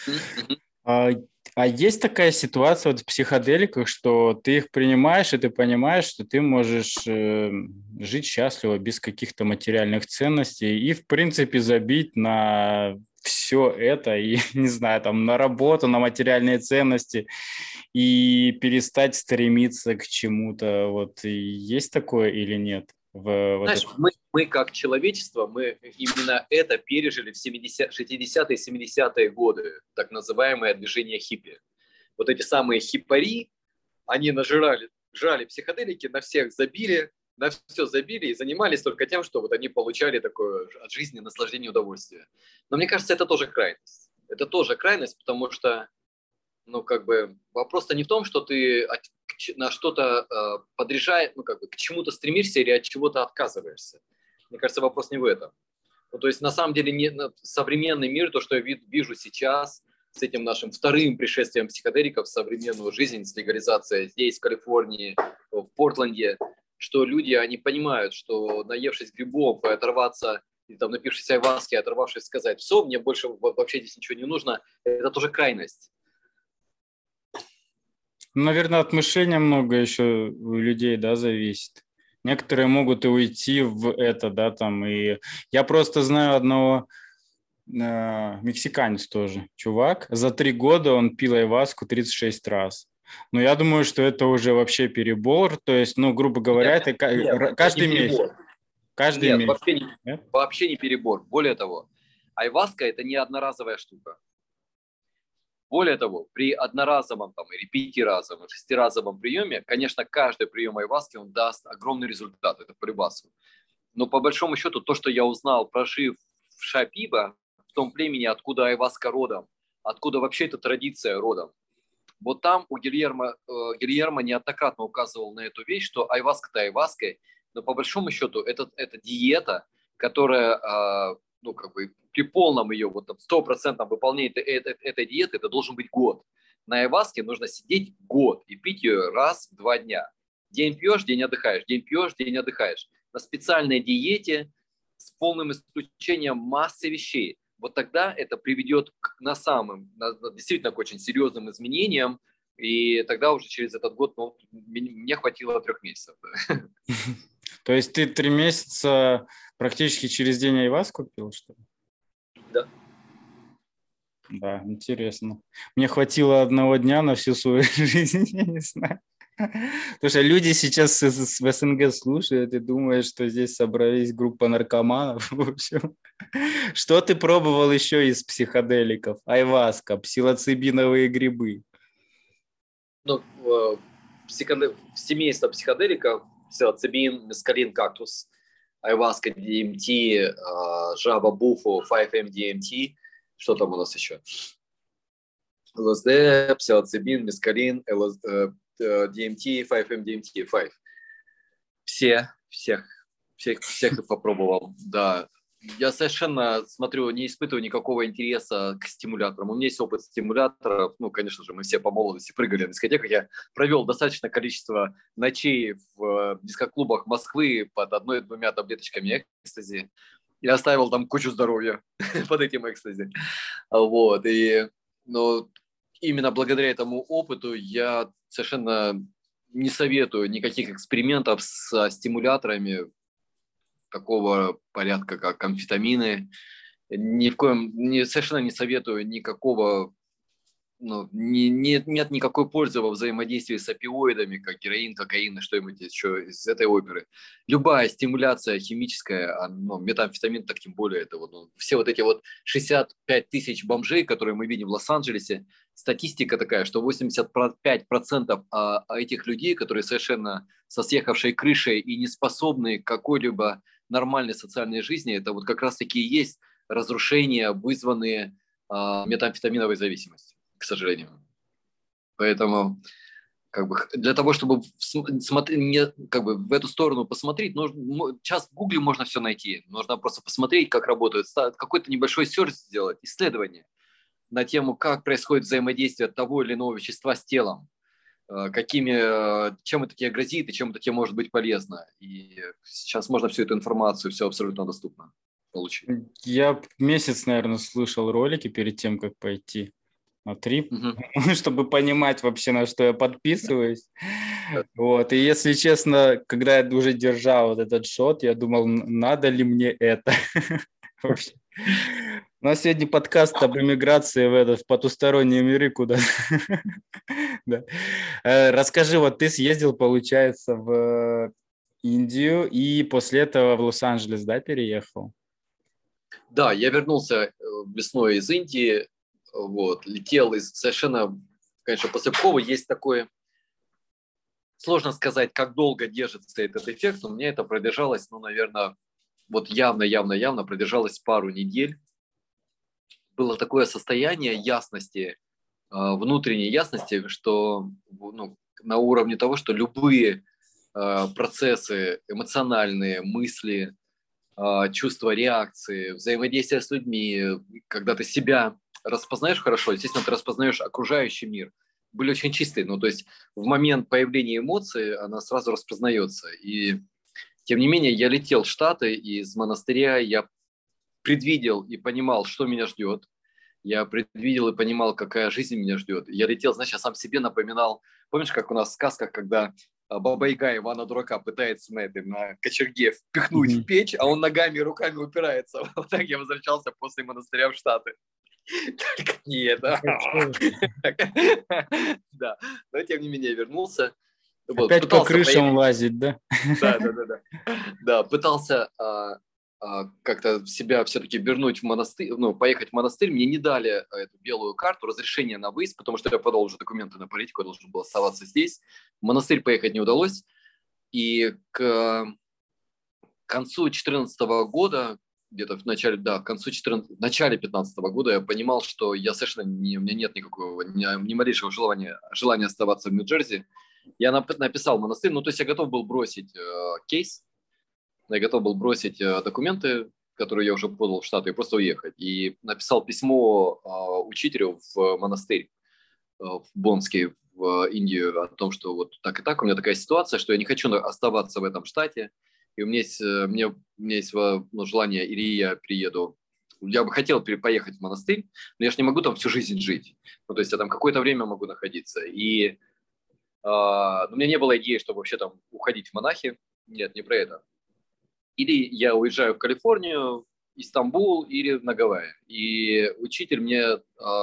А есть такая ситуация вот в психоделиках, что ты их принимаешь, и ты понимаешь, что ты можешь жить счастливо без каких-то материальных ценностей и, в принципе, забить на все это и, не знаю, там, на работу, на материальные ценности и перестать стремиться к чему-то. Вот есть такое или нет? Знаешь, мы как человечество, мы именно это пережили в 60-е, 70-е годы, так называемое движение хиппи. Вот эти самые хиппари, они жрали психоделики, на всех забили, на все забили и занимались только тем, что вот они получали такое от жизни наслаждение, удовольствие. Но мне кажется, это тоже крайность. Это тоже крайность, потому что, ну, как бы, вопрос-то не в том, что ты на что-то подряжаешь, ну, как бы, к чему-то стремишься или от чего-то отказываешься. Мне кажется, вопрос не в этом. Ну, то есть, на самом деле, современный мир, то, что я вижу сейчас, с этим нашим вторым пришествием психоделиков в современную жизнь, с легализацией здесь, в Калифорнии, в Портленде, что люди, они понимают, что наевшись грибов и оторваться, или там напившись айваски, оторвавшись, сказать, все, мне больше вообще здесь ничего не нужно, это тоже крайность. Наверное, от мышления много еще у людей, да, зависит. Некоторые могут и уйти в это, да, там, и я просто знаю одного мексиканец тоже, чувак, за 3 года он пил айваску 36 раз. Но я думаю, что это уже вообще перебор, то есть, ну, грубо говоря, Нет, это каждый месяц. Каждый месяц. Вообще не перебор. Более того, айваска – это не одноразовая штука. Более того, при одноразовом там, или 5-разовом, 6-разовом приеме, конечно, каждый прием айваски он даст огромный результат, это по любасу. Но по большому счету, то, что я узнал, прожив в Шапиба, в том племени, откуда айваска родом, откуда вообще эта традиция родом, вот там у Гильермо неоднократно указывал на эту вещь, что айваска-то айваской, но по большому счету это диета, которая, ну, как бы при полном ее вот, 100% выполнении этой диеты, это должен быть год. На айваске нужно сидеть год и пить ее раз в 2 дня. День пьешь, день отдыхаешь, день пьешь, день отдыхаешь. На специальной диете с полным исключением массы вещей. Вот тогда это приведет действительно к очень серьезным изменениям, и тогда уже через этот год, ну, мне хватило 3 месяцев. То есть ты 3 месяца практически через день айваску пил, что ли? Да. Да, интересно. Мне хватило 1 дня на всю свою жизнь, я не знаю. Потому что люди сейчас в СНГ слушают и думают, что здесь собрались группа наркоманов. В общем, что ты пробовал еще из психоделиков? Айваска, псилоцибиновые грибы. Ну, семейство психоделиков, псилоцибин, мескалин, кактус, айваска, DMT, жаба, буфо, 5-MDMT, что там у нас еще? ЛСД, псилоцибин, мескалин, DMT, 5-MDMT, 5. Всех их попробовал, да. Я совершенно, смотрю, не испытываю никакого интереса к стимуляторам. У меня есть опыт стимуляторов. Ну, конечно же, мы все по молодости прыгали на дискотеках. Я провел достаточное количество ночей в дискоклубах Москвы под 1-2 таблеточками экстази. Я оставил там кучу здоровья под этим экстази. Вот. Но именно благодаря этому опыту я совершенно не советую никаких экспериментов с стимуляторами такого порядка, как амфетамины. Совершенно не советую никакого, нет никакой пользы во взаимодействии с опиоидами, как героин, кокаин, что-нибудь еще из этой оперы. Любая стимуляция химическая, метамфетамин, так тем более, это все вот эти 65 тысяч бомжей, которые мы видим в Лос-Анджелесе, статистика такая, что 85% этих людей, которые совершенно со съехавшей крышей и не способны к какой-либо нормальной социальной жизни, это как раз-таки и есть разрушения, вызванные метамфетаминовой зависимостью, к сожалению. Поэтому для того, чтобы в эту сторону посмотреть, сейчас в Гугле можно все найти. Нужно просто посмотреть, как работают, какой-то небольшой серч сделать, исследование на тему, как происходит взаимодействие того или иного вещества с телом, чем это тебе грозит и чем это тебе может быть полезно. И сейчас можно всю эту информацию, все абсолютно доступно получить. Я месяц, наверное, слышал ролики перед тем, как пойти на трип, чтобы понимать вообще, на что я подписываюсь. И если честно, когда я уже держал этот шот, я думал, надо ли мне это вообще. У нас сегодня подкаст об эмиграции в потусторонние миры куда. Да. Расскажи, ты съездил, получается, в Индию и после этого в Лос-Анджелес, да, переехал? Да, я вернулся весной из Индии, летел совершенно, конечно, после Пскова есть такое, сложно сказать, как долго держится этот эффект, но у меня это продержалось, наверное, явно продержалось пару недель. Было такое состояние ясности, внутренней ясности, что на уровне того, что любые процессы эмоциональные, мысли, чувства реакции, взаимодействие с людьми, когда ты себя распознаешь хорошо, естественно, ты распознаешь окружающий мир, были очень чистые. То есть в момент появления эмоций она сразу распознается. И тем не менее я летел в Штаты, и из монастыря я предвидел и понимал, что меня ждет. Я предвидел и понимал, какая жизнь меня ждет. Я летел, я сам себе напоминал. Помнишь, как у нас в сказках, когда Баба-Яга Ивана Дурака пытается на кочерге впихнуть в печь, а он ногами и руками упирается. Вот так я возвращался после монастыря в Штаты. Только не это. Да, но тем не менее вернулся. Опять по крышам лазить, да? Да, пытался как-то себя все-таки вернуть в монастырь, поехать в монастырь. Мне не дали эту белую карту, разрешение на выезд, потому что я подал уже документы на политику, я должен был оставаться здесь. В монастырь поехать не удалось. И к концу 2014 года, где-то в начале 2015 года я понимал, что я совершенно у меня нет ни малейшего желания оставаться в Нью-Джерси. Я написал в монастырь, то есть я готов был бросить кейс, я готов был бросить документы, которые я уже подал в Штаты, и просто уехать. И написал письмо учителю в монастырь в Бонский, в Индию, о том, что так и так, у меня такая ситуация, что я не хочу оставаться в этом штате, и у меня есть желание, или я приеду. Я бы хотел поехать в монастырь, но я же не могу там всю жизнь жить. То есть я там какое-то время могу находиться. И у меня не было идеи, чтобы вообще там уходить в монахи. Нет, не про это. Или я уезжаю в Калифорнию, Истамбул или на Гавайи. И учитель мне,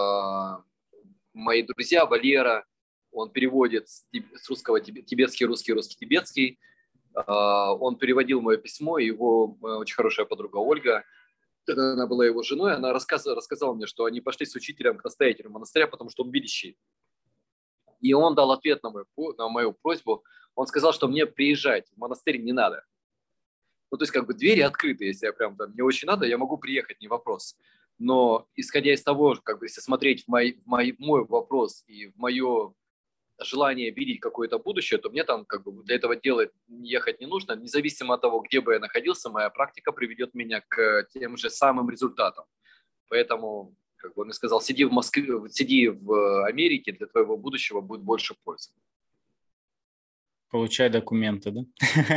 мои друзья, Валера, он переводит с русского тибетский, русский, тибетский. Он переводил мое письмо, его моя очень хорошая подруга Ольга, она была его женой, она рассказала мне, что они пошли с учителем к настоятелю монастыря, потому что он видящий. И он дал ответ на мою просьбу. Он сказал, что мне приезжать в монастырь не надо. То есть двери открыты, если я прям там не очень надо, я могу приехать, не вопрос. Но исходя из того, если смотреть в мой вопрос и в мое желание видеть какое-то будущее, то мне там для этого ехать не нужно. Независимо от того, где бы я находился, моя практика приведет меня к тем же самым результатам. Поэтому, он мне сказал, сиди в Москве, сиди в Америке, для твоего будущего будет больше пользы. Получай документы, да?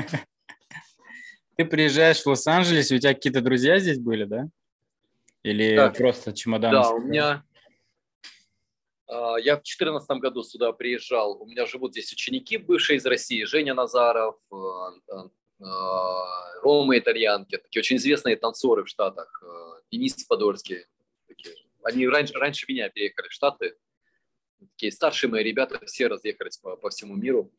Ты приезжаешь в Лос-Анджелес, у тебя какие-то друзья здесь были, да? Или просто чемодан? Да, у меня Я в 2014 году сюда приезжал. У меня живут здесь ученики, бывшие из России. Женя Назаров, Рома Итальянки. Такие очень известные танцоры в Штатах. Денис Подольский. Такие. Они раньше меня переехали в Штаты. Такие старшие мои ребята, все разъехались по всему миру.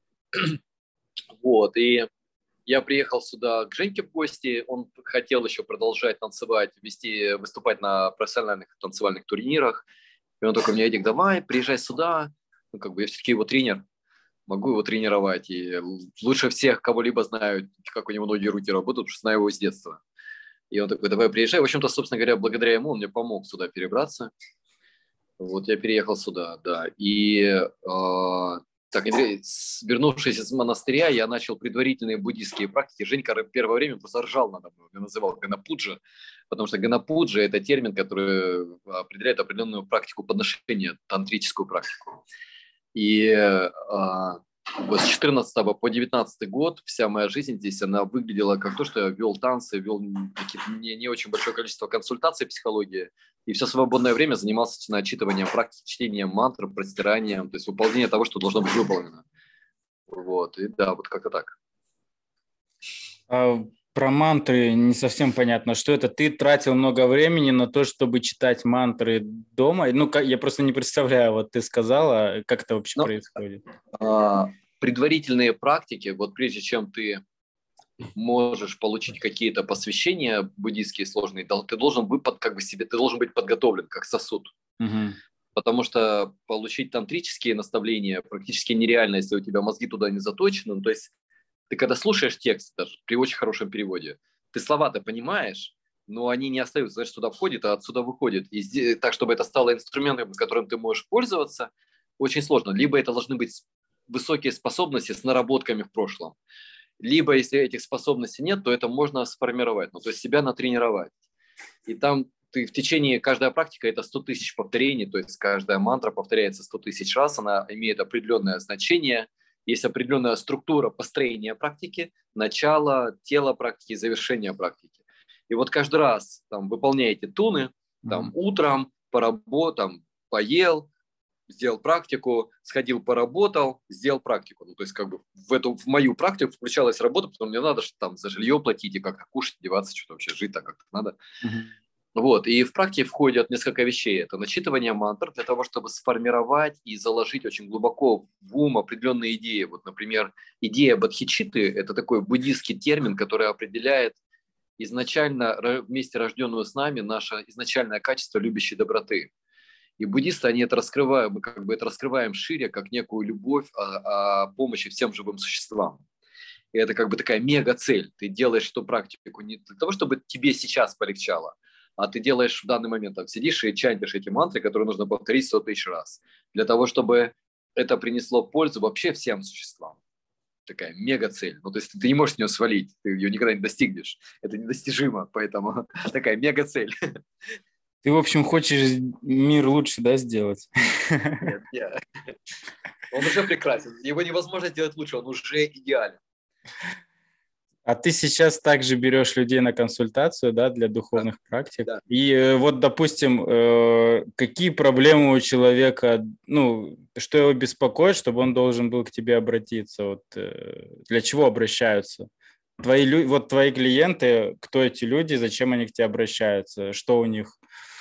Вот. И я приехал сюда к Женьке в гости. Он хотел еще продолжать танцевать, выступать на профессиональных танцевальных турнирах. И он такой мне: Эдик, давай, приезжай сюда. Ну, как бы я все-таки его тренер, могу его тренировать. И лучше всех кого-либо знаю, как у него ноги и руки работают, потому что знаю его с детства. И он такой: давай, приезжай. В общем-то, собственно говоря, благодаря ему он мне помог сюда перебраться. Вот я переехал сюда, да. И так, вернувшись из монастыря, я начал предварительные буддийские практики. Женька первое время просто ржал надо мной, я называл ганапуджа, потому что ганапуджа – это термин, который определяет определенную практику подношения, тантрическую практику. И вот с 14 по 19 год вся моя жизнь здесь, она выглядела как то, что я вел танцы, вел не очень большое количество консультаций психологии, и все свободное время занимался начитыванием практики, чтением мантр, простиранием, то есть выполнение того, что должно быть выполнено. Вот, и да, вот как-то так. Про мантры не совсем понятно, что это. Ты тратил много времени на то, чтобы читать мантры дома? Ну, я просто не представляю, вот ты сказала, как это вообще происходит? Предварительные практики, вот прежде чем ты можешь получить какие-то посвящения буддийские сложные, ты должен быть ты должен быть подготовлен как сосуд. Угу. Потому что получить тантрические наставления практически нереально, если у тебя мозги туда не заточены. Ну, то есть ты когда слушаешь текст, даже при очень хорошем переводе, ты слова-то понимаешь, но они не остаются, значит, сюда входит, а отсюда выходит. И так, чтобы это стало инструментом, которым ты можешь пользоваться, очень сложно. Либо это должны быть высокие способности с наработками в прошлом, либо, если этих способностей нет, то это можно сформировать, ну, то есть себя натренировать. И там ты в течение, каждая практика – это 100 тысяч повторений, то есть каждая мантра повторяется 100 тысяч раз, она имеет определенное значение, есть определенная структура построения практики, начало, тело практики, завершение практики. И вот каждый раз там выполняете туны, там утром, поработал, поел, сделал практику, сходил, поработал, сделал практику. Ну, то есть как бы в мою практику включалась работа, потому что мне надо там за жилье платить и как-то кушать, одеваться, что-то вообще жить так как-то надо. Вот. И в практике входят несколько вещей. Это начитывание мантр для того, чтобы сформировать и заложить очень глубоко в ум определенные идеи. Вот, например, идея бодхичитты – это такой буддийский термин, который определяет изначально вместе рожденную с нами наше изначальное качество любящей доброты. И буддисты, они это раскрывают, мы как бы это раскрываем шире, как некую любовь о помощи всем живым существам. И это как бы такая мега-цель. Ты делаешь эту практику не для того, чтобы тебе сейчас полегчало, а ты делаешь в данный момент, там, сидишь и чантишь эти мантры, которые нужно повторить 100 тысяч раз, для того, чтобы это принесло пользу вообще всем существам. Такая мега-цель. Ну, то есть ты не можешь с нее свалить, ты ее никогда не достигнешь. Это недостижимо, поэтому такая мега-цель. Ты, в общем, хочешь мир лучше, да, сделать? Нет, нет. Он уже прекрасен. Его невозможно сделать лучше, он уже идеален. А ты сейчас также берешь людей на консультацию, да, для духовных практик. Да. И вот, допустим, какие проблемы у человека, ну, что его беспокоит, чтобы он должен был к тебе обратиться? Вот, для чего обращаются? Твои клиенты, кто эти люди, зачем они к тебе обращаются? Что у них,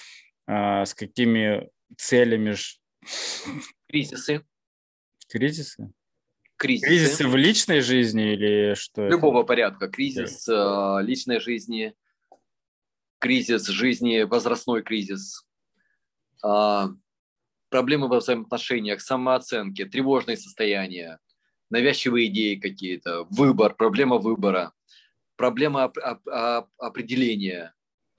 с какими целями? Кризисы. Кризисы? Кризисы. Кризисы в личной жизни или что? Любого порядка. Кризис личной жизни, кризис жизни, возрастной кризис, проблемы во взаимоотношениях, самооценки, тревожные состояния, навязчивые идеи какие-то, выбор, проблема выбора, проблема определения,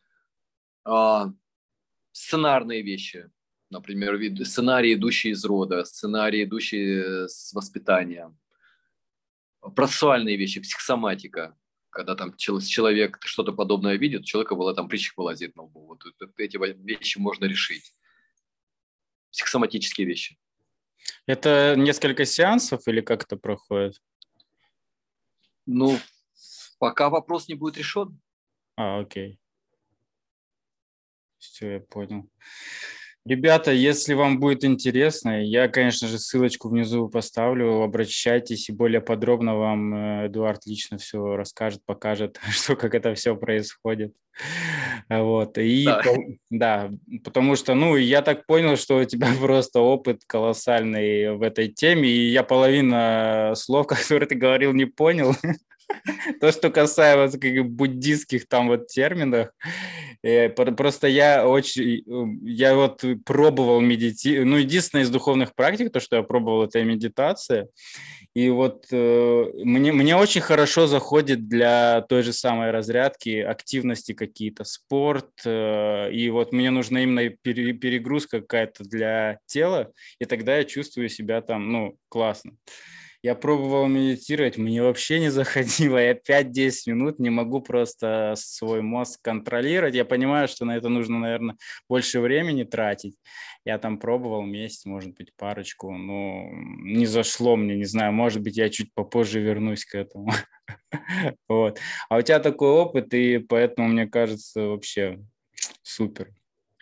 сценарные вещи. Например, сценарии, идущие из рода, сценарии, идущие с воспитанием. Процессуальные вещи, психосоматика, когда там человек что-то подобное видит, у человека было там прыщик вылазит на лбу. Вот эти вещи можно решить. Психосоматические вещи. Это несколько сеансов или как это проходит? Ну, пока вопрос не будет решен. Окей. Все, я понял. Ребята, если вам будет интересно, я, конечно же, ссылочку внизу поставлю, обращайтесь, и более подробно вам Эдуард лично все расскажет, покажет, что, как это все происходит. Вот, Да. да, потому что, ну, я так понял, что у тебя просто опыт колоссальный в этой теме, и я половину слов, которые ты говорил, не понял. То, что касается как бы буддистских там вот терминов, просто я вот пробовал медитировать, ну, единственное из духовных практик, то, что я пробовал, это медитация, и вот мне очень хорошо заходит для той же самой разрядки активности какие-то, спорт, и вот мне нужна именно перегрузка какая-то для тела, и тогда я чувствую себя там, ну, классно. Я пробовал медитировать, мне вообще не заходило. Я 5-10 минут не могу просто свой мозг контролировать. Я понимаю, что на это нужно, наверное, больше времени тратить. Я там пробовал месяц, может быть, парочку, но не зашло мне, не знаю, может быть, я чуть попозже вернусь к этому. Вот. А у тебя такой опыт, и поэтому, мне кажется, вообще супер.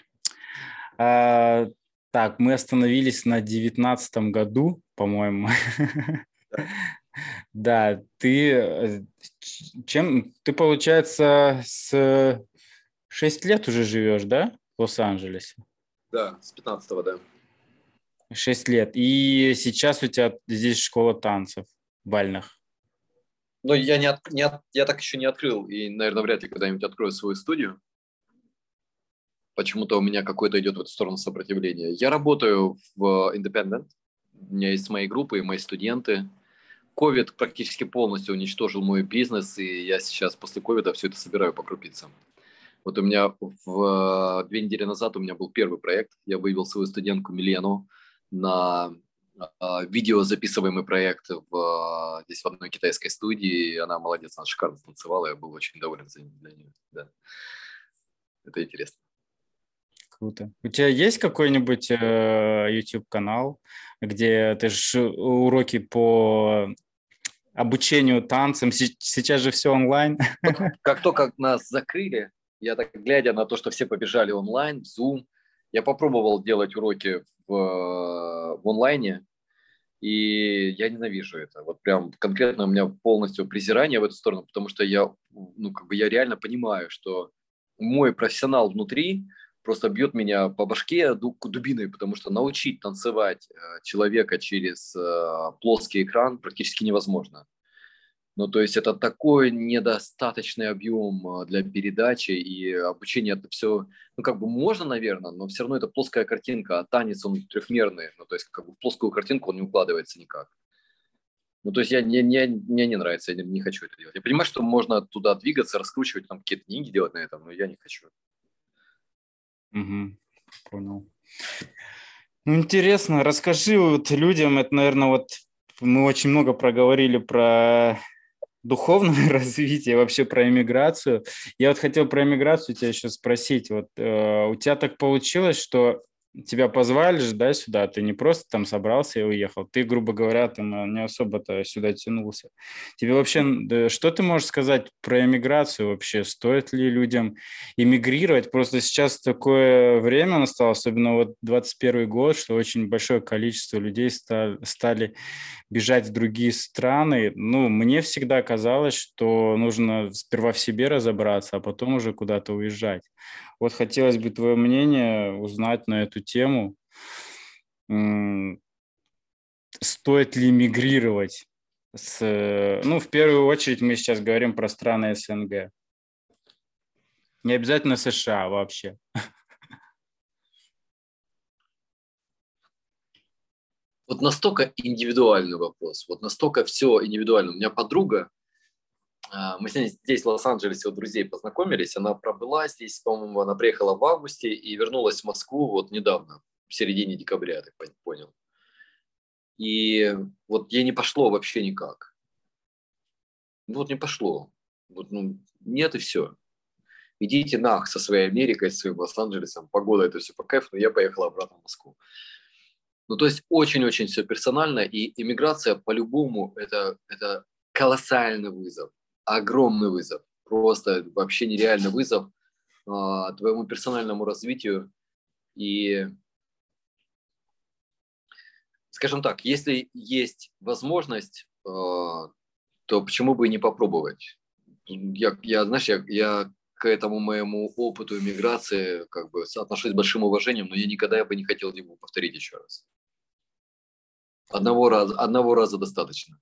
Так, мы остановились на 19 году, по-моему. Да, ты, получается, с 6 лет уже живешь, да, в Лос-Анджелесе? Да, с 15-го, да. 6 лет. И сейчас у тебя здесь школа танцев бальных. Но я так еще не открыл, и, наверное, вряд ли когда-нибудь открою свою студию. Почему-то у меня какое-то идет в эту сторону сопротивление. Я работаю в Independent. У меня есть мои группы, мои студенты. Ковид практически полностью уничтожил мой бизнес, и я сейчас после ковида все это собираю по крупицам. Вот у меня 2 недели назад у меня был первый проект. Я вывел свою студентку Милену на видео записываемый проект здесь в одной китайской студии. Она молодец, она шикарно танцевала, я был очень доволен для нее. Да. Это интересно. Круто. У тебя есть какой-нибудь YouTube-канал, где ты же уроки по обучению танцам? Сейчас же все онлайн. Как только нас закрыли, я так глядя на то, что все побежали онлайн, в Zoom, я попробовал делать уроки в онлайне, и я ненавижу это. Вот прям конкретно у меня полностью презирание в эту сторону, потому что я реально понимаю, что мой профессионал внутри просто бьет меня по башке дубиной, потому что научить танцевать человека через плоский экран практически невозможно. Ну, то есть это такой недостаточный объем для передачи, и обучение это все, ну, как бы можно, наверное, но все равно это плоская картинка, а танец, он трехмерный, ну, то есть как бы в плоскую картинку он не укладывается никак. Ну, то есть мне не нравится, я не хочу это делать. Я понимаю, что можно туда двигаться, раскручивать, там какие-то деньги делать на этом, но я не хочу. Угу, понял. Ну, интересно, расскажи вот людям, это, наверное, вот мы очень много проговорили про духовное развитие, вообще про эмиграцию. Я вот хотел про эмиграцию тебя еще спросить. Вот у тебя так получилось, что тебя позвали же, да, сюда? Ты не просто там собрался и уехал. Ты, грубо говоря, там не особо-то сюда тянулся. Тебе вообще, что ты можешь сказать про эмиграцию вообще? Стоит ли людям эмигрировать? Просто сейчас такое время настало, особенно вот 21 год, что очень большое количество людей стали бежать в другие страны. Ну, мне всегда казалось, что нужно сперва в себе разобраться, а потом уже куда-то уезжать. Вот хотелось бы твое мнение узнать на эту тему. Стоит ли мигрировать? Ну, в первую очередь мы сейчас говорим про страны СНГ. Не обязательно США вообще. Вот настолько индивидуальный вопрос, вот настолько все индивидуально. У меня подруга, мы с ней здесь, в Лос-Анджелесе, у друзей познакомились. Она пробыла здесь, по-моему, она приехала в августе и вернулась в Москву вот недавно, в середине декабря, я так понял. И вот ей не пошло вообще никак. Ну вот не пошло. Вот, ну, нет и все. Идите нах со своей Америкой, со своим Лос-Анджелесом. Погода, это все по кайфу, но я поехал обратно в Москву. Ну, то есть очень-очень все персонально, и иммиграция по-любому это колоссальный вызов, огромный вызов, просто вообще нереальный вызов твоему персональному развитию. И скажем так, если есть возможность, то почему бы и не попробовать? Знаешь, я к этому моему опыту иммиграции как бы отношусь с большим уважением, но я никогда бы не хотел его повторить еще раз. Одного раза достаточно.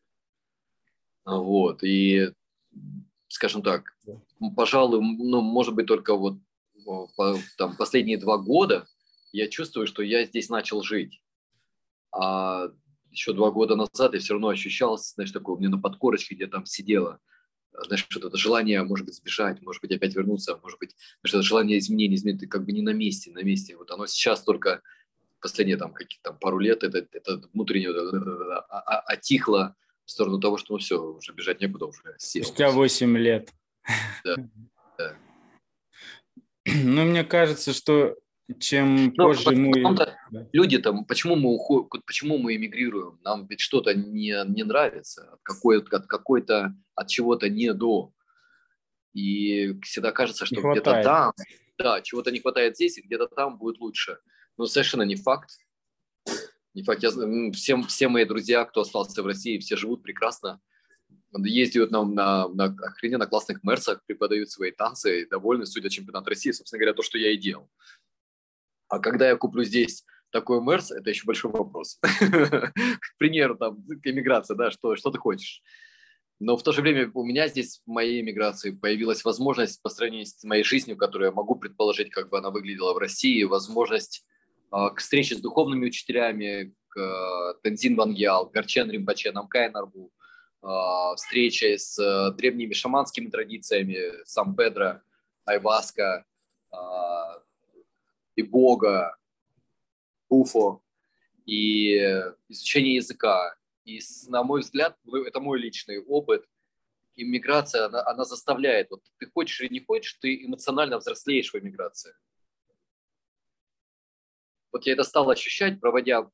Вот. И, скажем так, пожалуй, может быть, только вот там, последние 2 года я чувствую, что я здесь начал жить. А еще 2 года назад я все равно ощущал, знаешь, такое у меня на подкорочке, где там сидело, знаешь, что это желание, может быть, сбежать, может быть, опять вернуться, может быть, это желание изменить, ты как бы не на месте. Вот оно сейчас только последние там какие-то пару лет это внутренне отихло в сторону того, что все, уже бежать некуда, уже сел. Спустя 8 лет. Да, да. Ну, мне кажется, что чем позже мы... Люди-то, почему мы уходим, почему мы эмигрируем? Нам ведь что-то не нравится, от чего-то не до. И всегда кажется, что где-то там, да, чего-то не хватает здесь, и где-то там будет лучше. Но совершенно не факт. Не факт. Все мои друзья, кто остался в России, все живут прекрасно. Ездят на охрененно классных мерсах, преподают свои танцы, и довольны, судя чемпионат России, собственно говоря, то, что я и делал. А когда я куплю здесь такой мерс, это еще большой вопрос. К примеру, там, эмиграция, да, что ты хочешь. Но в то же время у меня здесь в моей эмиграции появилась возможность по сравнению с моей жизнью, которую я могу предположить, как бы она выглядела в России, возможность к встрече с духовными учителями, к Тензин Вангьял, Гарчен Римпаче, Намкай Нарбу, встречи с древними шаманскими традициями, Сан-Педро, Айваска, и Бога, Уфо, и изучение языка. И, на мой взгляд, это мой личный опыт, иммиграция, она заставляет, вот ты хочешь или не хочешь, ты эмоционально взрослеешь в эмиграции. Вот я это стал ощущать, проводя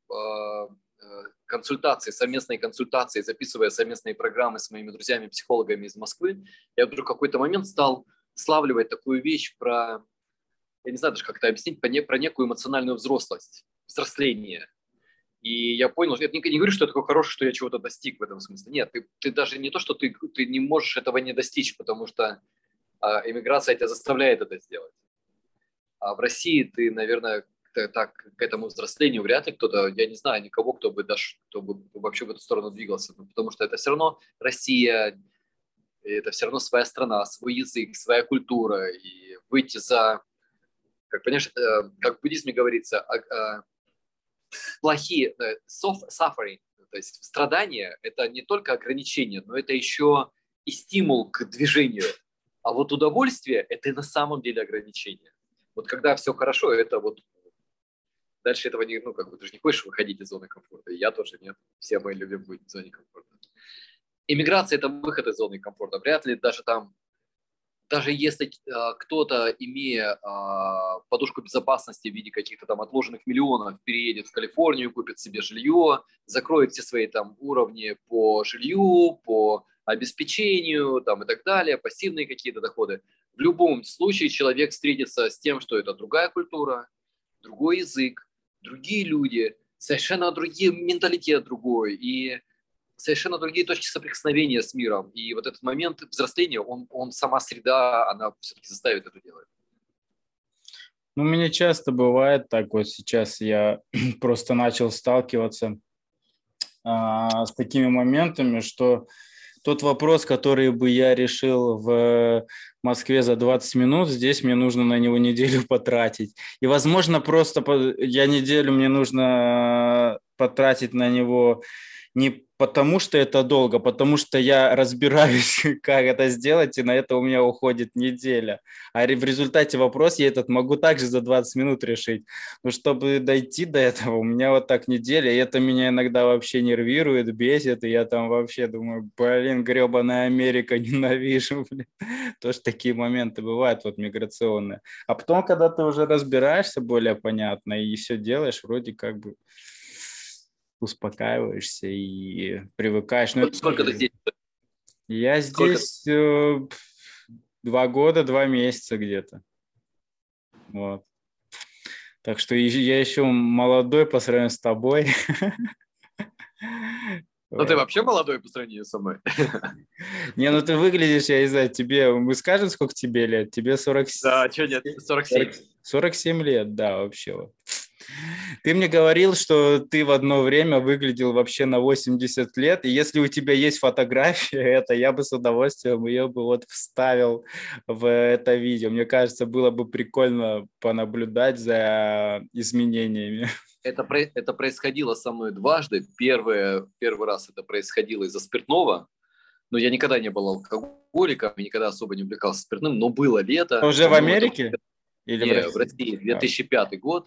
совместные консультации, записывая совместные программы с моими друзьями-психологами из Москвы. Я вдруг в какой-то момент стал славливать такую вещь про, я не знаю даже, как это объяснить, про некую эмоциональную взрослость, взросление. И я понял, я не говорю, что я такой хороший, что я чего-то достиг в этом смысле. Нет, ты даже не то, что ты не можешь этого не достичь, потому что эмиграция тебя заставляет это сделать. А в России ты, наверное, так к этому взрослению вряд ли кто-то, я не знаю никого, кто бы вообще в эту сторону двигался. Потому что это все равно Россия, это все равно своя страна, свой язык, своя культура. И выйти за, как понимаешь, как в буддизме говорится, плохие, suffering, то есть страдания, это не только ограничение, но это еще и стимул к движению. А вот удовольствие – это и на самом деле ограничение. Вот когда все хорошо, это вот дальше этого не, ты же не хочешь выходить из зоны комфорта. И я тоже нет. Все мы любим быть в зоне комфорта. Иммиграция – это выход из зоны комфорта. Вряд ли даже если кто-то, имея подушку безопасности в виде каких-то там отложенных миллионов, переедет в Калифорнию, купит себе жилье, закроет все свои там уровни по жилью, по обеспечению там, и так далее, пассивные какие-то доходы. В любом случае человек встретится с тем, что это другая культура, другой язык, другие люди, совершенно другой менталитет другой. И совершенно другие точки соприкосновения с миром. И вот этот момент взросления, он сама среда, она все-таки заставит это делать. Ну, у меня часто бывает так, вот сейчас я просто начал сталкиваться с такими моментами, что тот вопрос, который бы я решил в Москве за 20 минут, здесь мне нужно на него неделю потратить. И, возможно, просто мне нужно потратить на него не потому, что это долго, потому что я разбираюсь, как это сделать, и на это у меня уходит неделя. А в результате вопрос я этот могу также за 20 минут решить. Но чтобы дойти до этого, у меня вот так неделя, и это меня иногда вообще нервирует, бесит, и я там вообще думаю, гребаная Америка, ненавижу, блин. Тоже такие моменты бывают вот миграционные. А потом, когда ты уже разбираешься более понятно и все делаешь, вроде как бы успокаиваешься и привыкаешь. Сколько ты здесь? Я здесь 2 года, 2 месяца где-то. Вот. Так что я еще молодой по сравнению с тобой. Ну, ты вообще молодой по сравнению со мной. Не, ну ты выглядишь, я не знаю, тебе, мы скажем, сколько тебе лет? Тебе 40... Да, что нет, 47. 47 лет, да, вообще. Ты мне говорил, что ты в одно время выглядел вообще на 80 лет, и если у тебя есть фотография, это я бы с удовольствием ее бы вот вставил в это видео. Мне кажется, было бы прикольно понаблюдать за изменениями. Это происходило со мной дважды. Первый раз это происходило из-за спиртного. Но я никогда не был алкоголиком, и никогда особо не увлекался спиртным. Но было лето. Уже в Америке? Или в России? В России. 2005 год.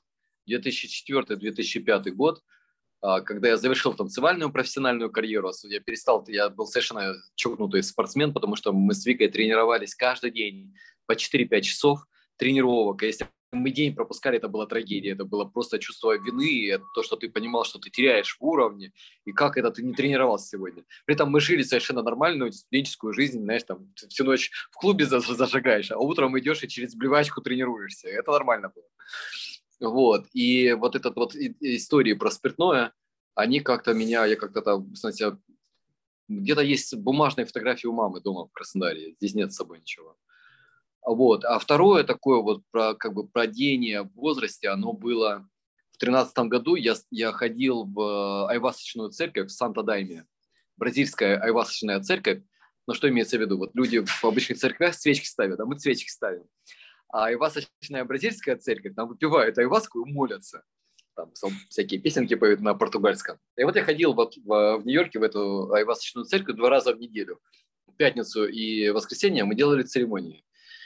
2004-2005 год. Когда я завершил танцевальную профессиональную карьеру, я был совершенно чокнутый спортсмен, потому что мы с Викой тренировались каждый день по 4-5 часов тренировок. Если мы день пропускали, это была трагедия, это было просто чувство вины, это то, что ты понимал, что ты теряешь в уровне, и как это ты не тренировался сегодня. При этом мы жили совершенно нормальную студенческую жизнь, знаешь, там всю ночь в клубе зажигаешь, а утром идешь и через блевачку тренируешься. Это нормально было. Вот, и вот этот вот истории про спиртное, они как-то меня, я как-то там, знаете, где-то есть бумажные фотографии у мамы дома в Краснодаре, здесь нет с собой ничего. Вот, а второе такое вот про как бы падение в возрасте, оно было в 2013 году, я ходил в айвасочную церковь в Санта-Дайме, бразильская айвасочная церковь, но что имеется в виду, вот люди в обычных церквях свечки ставят, а мы свечки ставим. А айвасочная бразильская церковь, там выпивают айваску и молятся. Там всякие песенки поют на португальском. И вот я ходил в Нью-Йорке в эту айвасочную церковь 2 раза в неделю. В пятницу и воскресенье мы делали церемонии.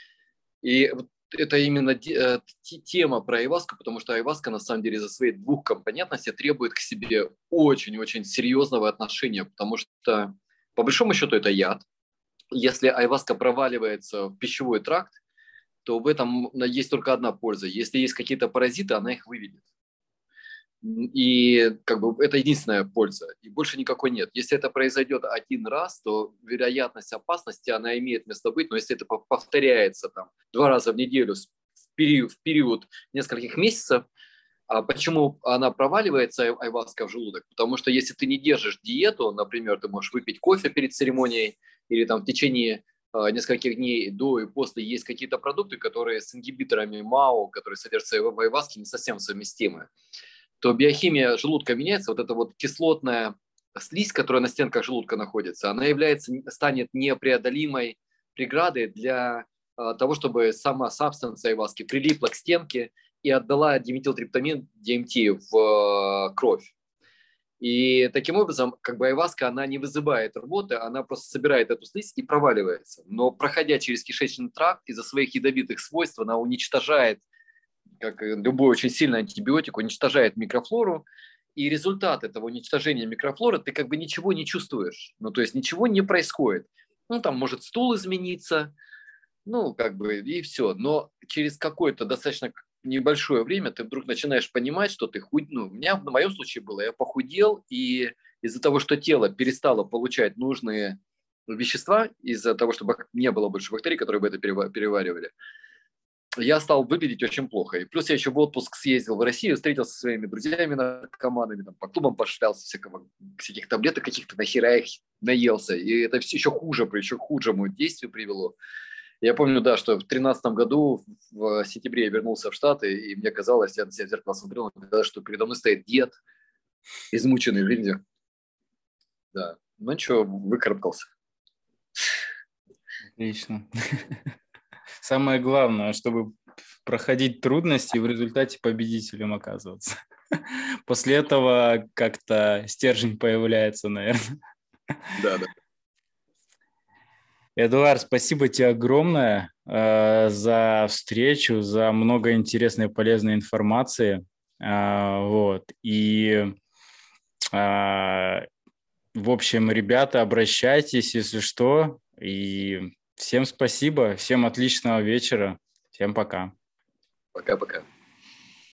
И вот это именно тема про айваску, потому что айваска на самом деле за своей двухкомпонентности требует к себе очень-очень серьезного отношения, потому что по большому счету это яд. Если айваска проваливается в пищевой тракт, то в этом есть только одна польза. Если есть какие-то паразиты, она их выведет. И как бы это единственная польза, и больше никакой нет. Если это произойдет один раз, то вероятность опасности, она имеет место быть, но если это повторяется там 2 раза в неделю в период нескольких месяцев, а почему она проваливается, айваска, в желудок? Потому что если ты не держишь диету, например, ты можешь выпить кофе перед церемонией или там в течение нескольких дней до и после есть какие-то продукты, которые с ингибиторами МАО, которые содержатся в айваске, не совсем совместимы, то биохимия желудка меняется, вот эта вот кислотная слизь, которая на стенках желудка находится, она станет непреодолимой преградой для того, чтобы сама сабстанция айваски прилипла к стенке и отдала диметилтриптамин, DMT, в кровь. И таким образом, как бы айваска, она не вызывает рвоты, она просто собирает эту слизь и проваливается. Но проходя через кишечный тракт, из-за своих ядовитых свойств, она уничтожает, как любой очень сильный антибиотик, уничтожает микрофлору. И результат этого уничтожения микрофлоры, ты как бы ничего не чувствуешь. Ну, то есть ничего не происходит. Ну, там может стул измениться, ну, как бы, и все. Но через какое-то достаточно небольшое время ты вдруг начинаешь понимать, что ты ну, в моем случае было, я похудел, и из-за того, что тело перестало получать нужные вещества, из-за того, что не было больше бактерий, которые бы это переваривали, я стал выглядеть очень плохо. И плюс я еще в отпуск съездил в Россию, встретился со своими друзьями, наркоманами, там, по клубам пошлялся, всяких таблеток каких-то, нахера их наелся. И это все еще хужему действию привело. Я помню, да, что в 2013 году, в сентябре я вернулся в Штаты, и мне казалось, я на себя в зеркало смотрел, что передо мной стоит дед, измученный жизнью. Да, ну ничего, выкарабкался. Отлично. Самое главное, чтобы проходить трудности и в результате победителем оказываться. После этого как-то стержень появляется, наверное. Да, да. Эдуард, спасибо тебе огромное за встречу, за много интересной и полезной информации. Вот. И, в общем, ребята, обращайтесь, если что. И всем спасибо, всем отличного вечера. Всем пока. Пока-пока.